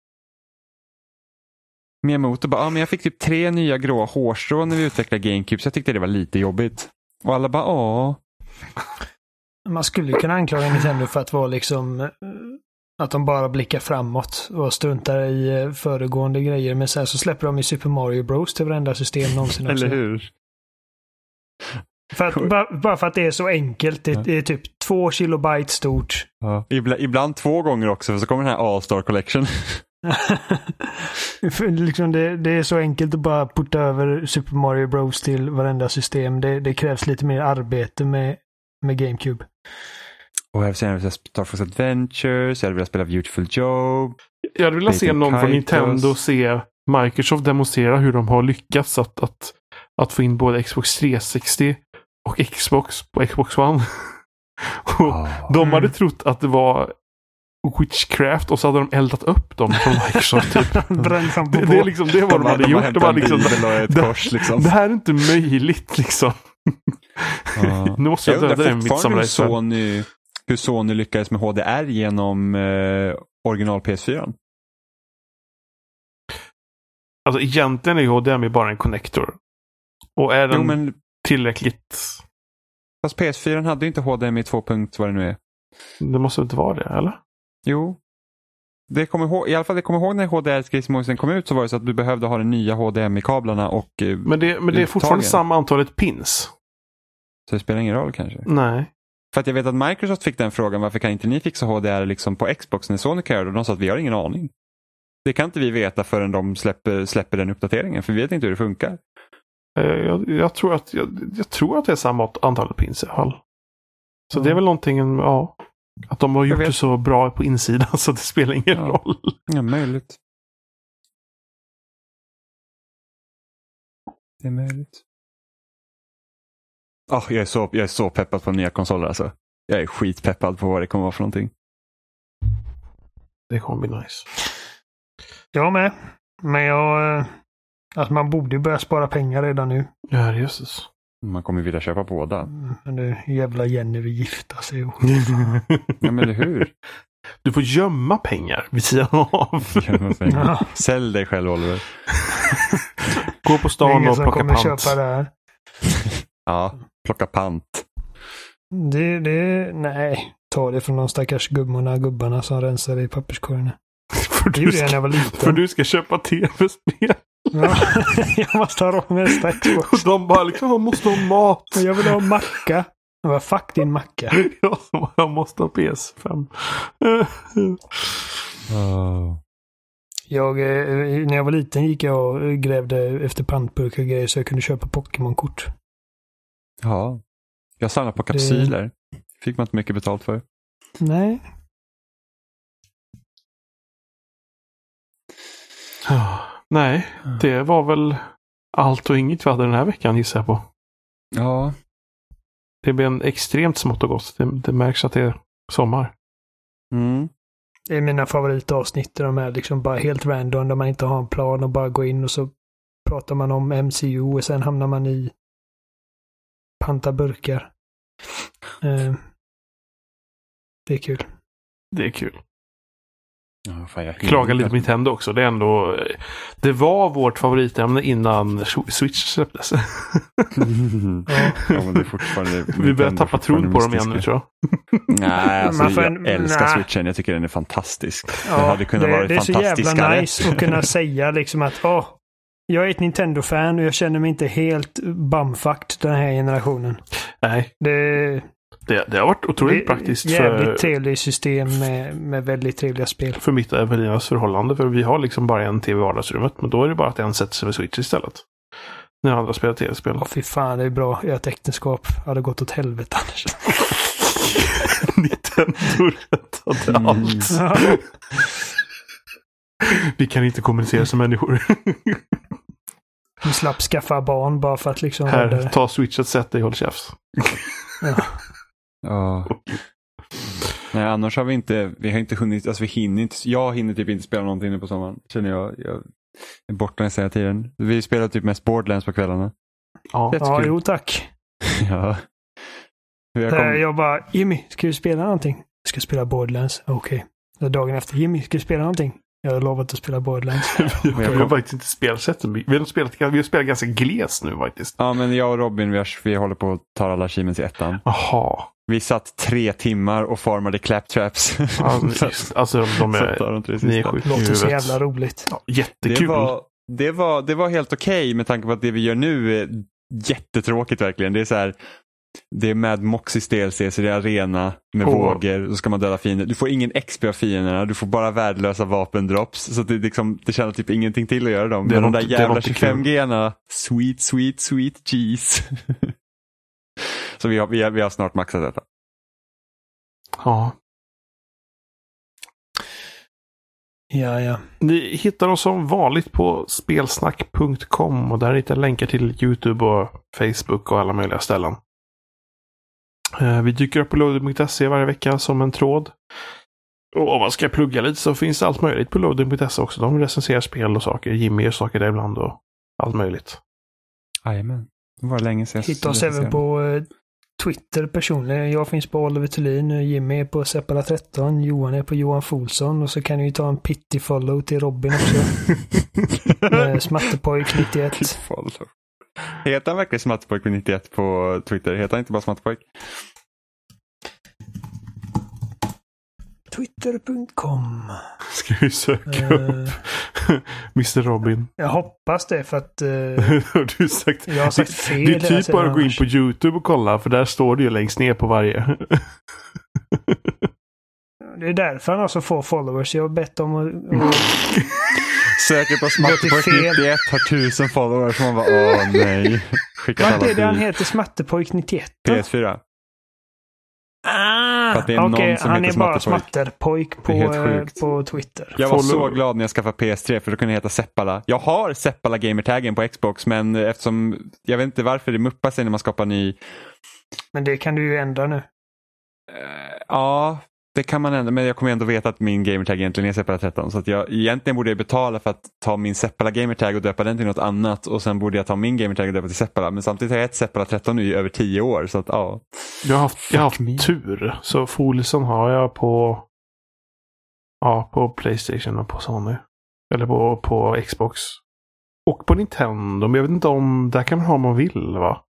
S3: Miyamoto bara, men jag fick typ 3 nya gråa hårstrån när vi utvecklade GameCube, så jag tyckte det var lite jobbigt. Och alla bara,
S2: Man skulle kunna anklaga Nintendo för att vara liksom att de bara blickar framåt och struntar i föregående grejer, men sen så släpper de i Super Mario Bros till varenda system någonsin också.
S3: Eller hur?
S2: För att, bara för att det är så enkelt. Det är typ 2 kilobyte stort.
S3: Ja. Ibland 2 gånger också, så kommer den här All-Star Collection.
S2: Liksom det är så enkelt att bara putta över Super Mario Bros till varenda system. Det krävs lite mer arbete med GameCube.
S3: Och jag vill säga Star Fox Adventures, jag vill spela Beautiful Joe.
S1: Jag vill vilja se någon från Nintendo se Microsoft demonstrera hur de har lyckats att få in både Xbox 360 och Xbox på Xbox One. De hade trott att det var witchcraft och så hade de eldat upp dem från Microsoft typ. Det är liksom det var de hade gjort. De liksom, det här är inte möjligt liksom. Nu måste jag döda den mitt samlare.
S3: Hur Sony lyckades med HDR genom original PS4.
S1: Alltså egentligen är ju HDMI bara en connector. Och är den tillräckligt...
S3: Fast PS4 hade ju inte HDMI 2. Vad det nu är.
S1: Det måste inte vara det, eller?
S3: Jo. I alla fall det kommer ihåg när HDR-skrivsmåsen kom ut, så var det så att du behövde ha de nya HDMI-kablarna och
S1: Men det är fortfarande samma antalet pins.
S3: Så det spelar ingen roll kanske?
S1: Nej.
S3: För att jag vet att Microsoft fick den frågan, varför kan inte ni fixa HDR liksom på Xbox när Sony kan göra det? Och de sa att vi har ingen aning. Det kan inte vi veta förrän de släpper den uppdateringen, för vi vet inte hur det funkar.
S1: Jag tror att det är samma antal pins i alla fall. Så det är väl någonting, ja, att de har gjort det så bra på insidan så det spelar ingen roll.
S3: Ja, möjligt. Det är möjligt. Jag är så peppad på nya konsoler alltså. Jag är skitpeppad på vad det kommer vara för någonting.
S1: Det kommer bli nice.
S2: Jag med. Men alltså man borde börja spara pengar redan nu.
S1: Ja, Jesus.
S3: Man kommer vilja köpa båda.
S2: Men det jävla Jenny vill gifta sig.
S3: Ja, men eller hur?
S1: Du får gömma pengar vid sidan av.
S3: Ja. Sälj dig själv, Oliver.
S1: Gå på stan och plocka pant.
S2: Köpa det här.
S3: Ja, plocka pant.
S2: Nej. Ta det från de stackars gubbarna som rensar i papperskorgen.
S1: För du ska köpa tv-spel.
S2: Ja, jag måste ha råd med nästa Xbox.
S1: Och de bara liksom, jag måste ha mat.
S2: Jag vill ha macka. Vad fuck din macka.
S1: Jag måste ha PS5.
S2: När jag var liten gick jag och grävde efter pantburkar och grejer så jag kunde köpa Pokémon-kort.
S3: Ja. Jag samlar på kapsyler. Fick man inte mycket betalt för.
S2: Nej.
S1: Nej, det var väl allt och inget vi hade den här veckan, gissar jag på.
S3: Ja.
S1: Det blir en extremt smått och gott. Det märks att det är sommar.
S3: Mm.
S2: Det är mina favoritavsnitt. De är liksom bara helt random. Där man inte har en plan och bara går in och så pratar man om MCU och sen hamnar man i pantaburkar. Det är kul.
S1: Det är kul.
S3: Ja, fan,
S1: klaga lite på Nintendo också. Det är ändå, det var vårt favoritämne innan Switch släpptes.
S3: Ja, men det är fortfarande
S1: vi börjar tappa tron på dem igen nu, tror jag.
S3: Nej, alltså, jag älskar Switchen. Jag tycker den är fantastisk.
S2: Ja,
S3: den hade kunnat vara fantastiskare.
S2: Det är så jävla nice att kunna säga liksom att jag är ett Nintendo-fan och jag känner mig inte helt bumfucked den här generationen.
S1: Nej. Det har varit otroligt praktiskt.
S2: Jävligt trevligt system med väldigt trevliga spel.
S1: För mitt och Evelinas förhållande. För vi har liksom bara en tv i vardagsrummet. Men då är det bara att en sätter sig med Switch istället. När andra spelar tv-spel.
S2: Fy fan, det är bra. Ett äktenskap hade gått åt helvete annars.
S1: Nintendo rättade allt. Vi kan inte kommunicera som människor.
S2: Vi slapp skaffa barn bara för att liksom...
S1: Här, ta Switchet, sätt dig och håll käft.
S3: Ja. Nej, annars har vi har inte hunnit, alltså jag hinner typ inte spela någonting nu på sommaren. Känner jag är borta nästan hela tiden. Vi spelar typ mest Borderlands på kvällarna.
S2: Ja, jo tack.
S3: Ja.
S2: Jag bara, Jimmy, ska du spela någonting? Jag ska spela Borderlands. Okej. Dagen efter, Jimmy, ska du spela någonting? Jag har lovat att spela Borderlands.
S1: Vi har faktiskt inte spelat. Vi har spelat ganska gles nu faktiskt.
S3: Ja, men jag och Robin, vi håller på att ta alla achievements i ettan.
S1: Jaha.
S3: Vi satt 3 timmar och formade claptraps.
S1: Alltså de är sjukt.
S2: Låter så jävla roligt.
S1: Ja, jättekul.
S3: Det var helt okej med tanke på att det vi gör nu är jättetråkigt verkligen. Det är så här, det är Mad Moxys DLC, så det är arena med vågor, så ska man döda fiender. Du får ingen XP av fienderna, du får bara värdelösa vapendrops, så det känner typ ingenting till att göra dem. Men de där jävla 25G-erna, sweet cheese. Så vi har snart maxat detta.
S1: Ja.
S2: Ja.
S1: Ni hittar oss som vanligt på spelsnack.com och där hittar länkar till YouTube och Facebook och alla möjliga ställen. Vi dyker upp på loading.se varje vecka som en tråd. Och om man ska plugga lite så finns det allt möjligt på loading.se också. De recenserar spel och saker. Jimmy gör saker där ibland och allt möjligt.
S3: Jajamän. Det var länge sedan.
S2: Hitta oss även på Twitter personligen. Jag finns på Oliver Thulin, Jimmy är på Seppala13, Johan är på Johan Folsson och så kan ni ju ta en pitty follow till Robin också. Smattepojk 91.
S3: Heter han verkligen Smattepojk 91 på Twitter? Heter han inte bara Smattepojk?
S2: Twitter.com.
S1: Ska vi söka upp Mr. Robin?
S2: Jag hoppas det för att
S1: Har du sagt?
S2: jag har sagt fel.
S1: Det är typ bara att gå in på YouTube och kolla, för där står det ju längst ner på varje.
S2: Det är därför han har så få followers. Jag har bett om att...
S3: Söker på Smattepojk 91 har 1000 followers. Man bara, åh nej.
S2: Vad är det han heter, Smattepojk 91?
S3: PS4.
S2: Okej, han är bara Smatterpojk på Twitter.
S3: Jag var så glad när jag skaffade PS3 för då kunde jag heta Seppala. Jag har Seppala gamertaggen på Xbox, men eftersom jag vet inte varför det muppar sig när man skapar ny.
S2: Men det kan du ju ändra nu.
S3: Ja, det kan man ändra, men jag kommer ändå veta att min gamertag egentligen är Seppala 13, så att egentligen borde jag betala för att ta min Seppala gamertag och döpa den till något annat, och sen borde jag ta min gamertag och döpa till Seppala, men samtidigt har jag ett Seppala 13 nu i över 10 år, så att ja. Jag har haft
S1: tur, så Folsom har jag på PlayStation och på Sony, eller på Xbox och på Nintendo, men jag vet inte om där kan man ha om man vill, va?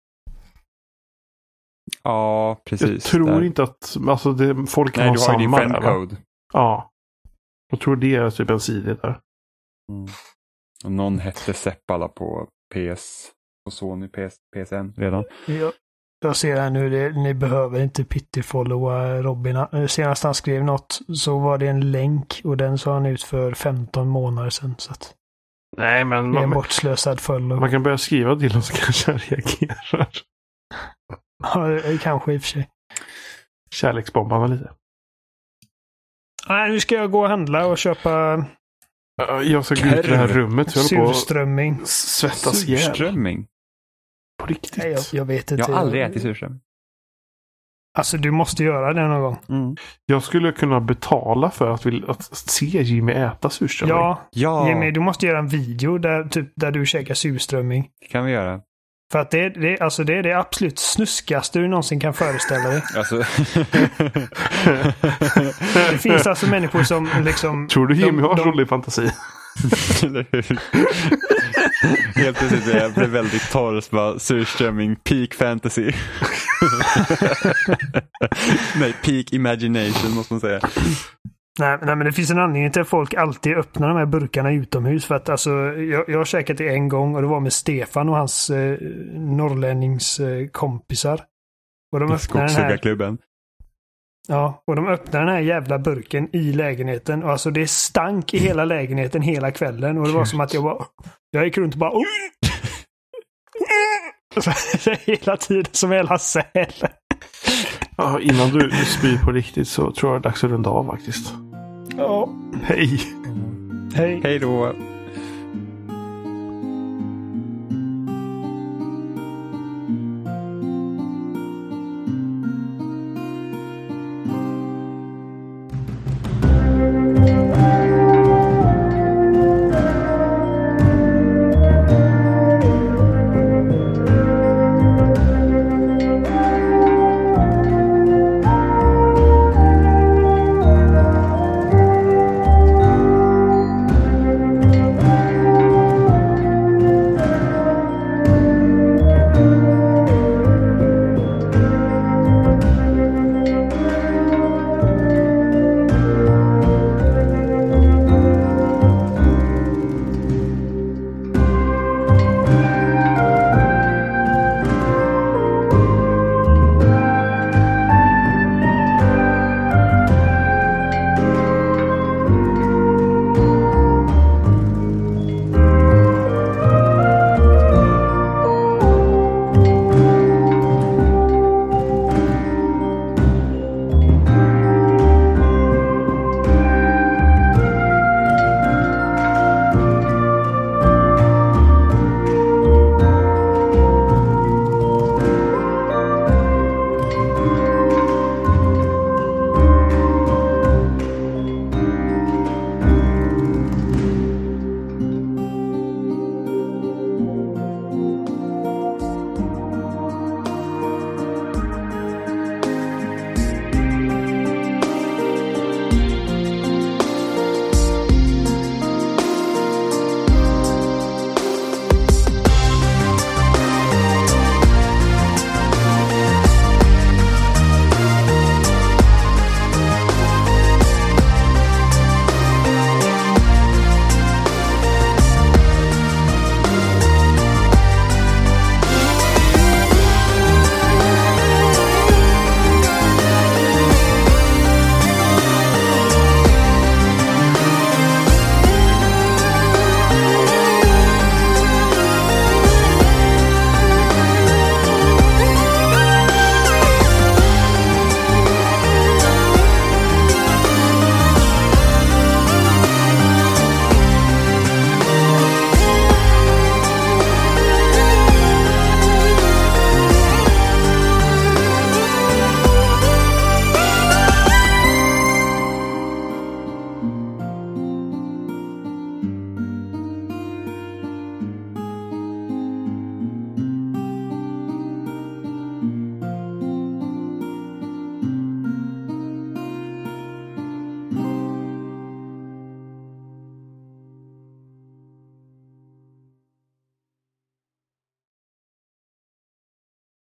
S3: Ja, precis.
S1: Jag tror inte att folk kan ha samma. Nej, du har ju din friendcode. Ja. Jag tror det är typ en sida där.
S3: Och någon hette Seppala på PS och Sony PSN redan.
S2: Jag ser här nu, ni behöver inte pitty-followa Robin. Senast han skrev något så var det en länk och den sa han ut för 15 månader sedan. Så att
S1: nej, men
S2: det är en bortslösad follow.
S1: Man kan börja skriva till oss så kanske han reagerar.
S2: Ja, kanske i och för sig.
S1: Kärleksbombarna lite.
S2: Nej, nu ska jag gå och handla och köpa...
S1: Jag ska gå ut i det här rummet.
S2: Surströmming.
S1: Svettas ihjäl.
S3: Surströmming?
S1: På riktigt?
S2: Nej, jag vet inte.
S3: Jag har aldrig ätit surströmming.
S2: Alltså, du måste göra det någon gång.
S1: Mm. Jag skulle kunna betala för att se Jimmy äta surströmming.
S2: Ja. Jimmy, du måste göra en video där du käkar surströmming.
S3: Det kan vi göra.
S2: För att det är det absolut snuskaste du någonsin kan föreställa dig.
S3: Alltså.
S2: Det finns alltså människor som liksom...
S1: Tror du Jimmy har rolig fantasi?
S3: Eller hur? Helt precis, jag blev väldigt torr som bara surströmming, peak fantasy. Nej, peak imagination måste man säga.
S2: Nej, men det finns en anledning till att folk alltid öppnar de här burkarna utomhus. För att alltså, jag har käkat det en gång och det var med Stefan och hans norrlänningskompisar. Och de öppnar den här... Ja, och de öppnar den här jävla burken i lägenheten. Och alltså det stank i hela lägenheten hela kvällen. Och det var som att jag gick runt och bara... hela tiden som hela säl.
S1: Ja, innan du spyr på riktigt så tror jag det är dags att runda av faktiskt.
S2: Ja.
S1: Hej.
S3: Hej då.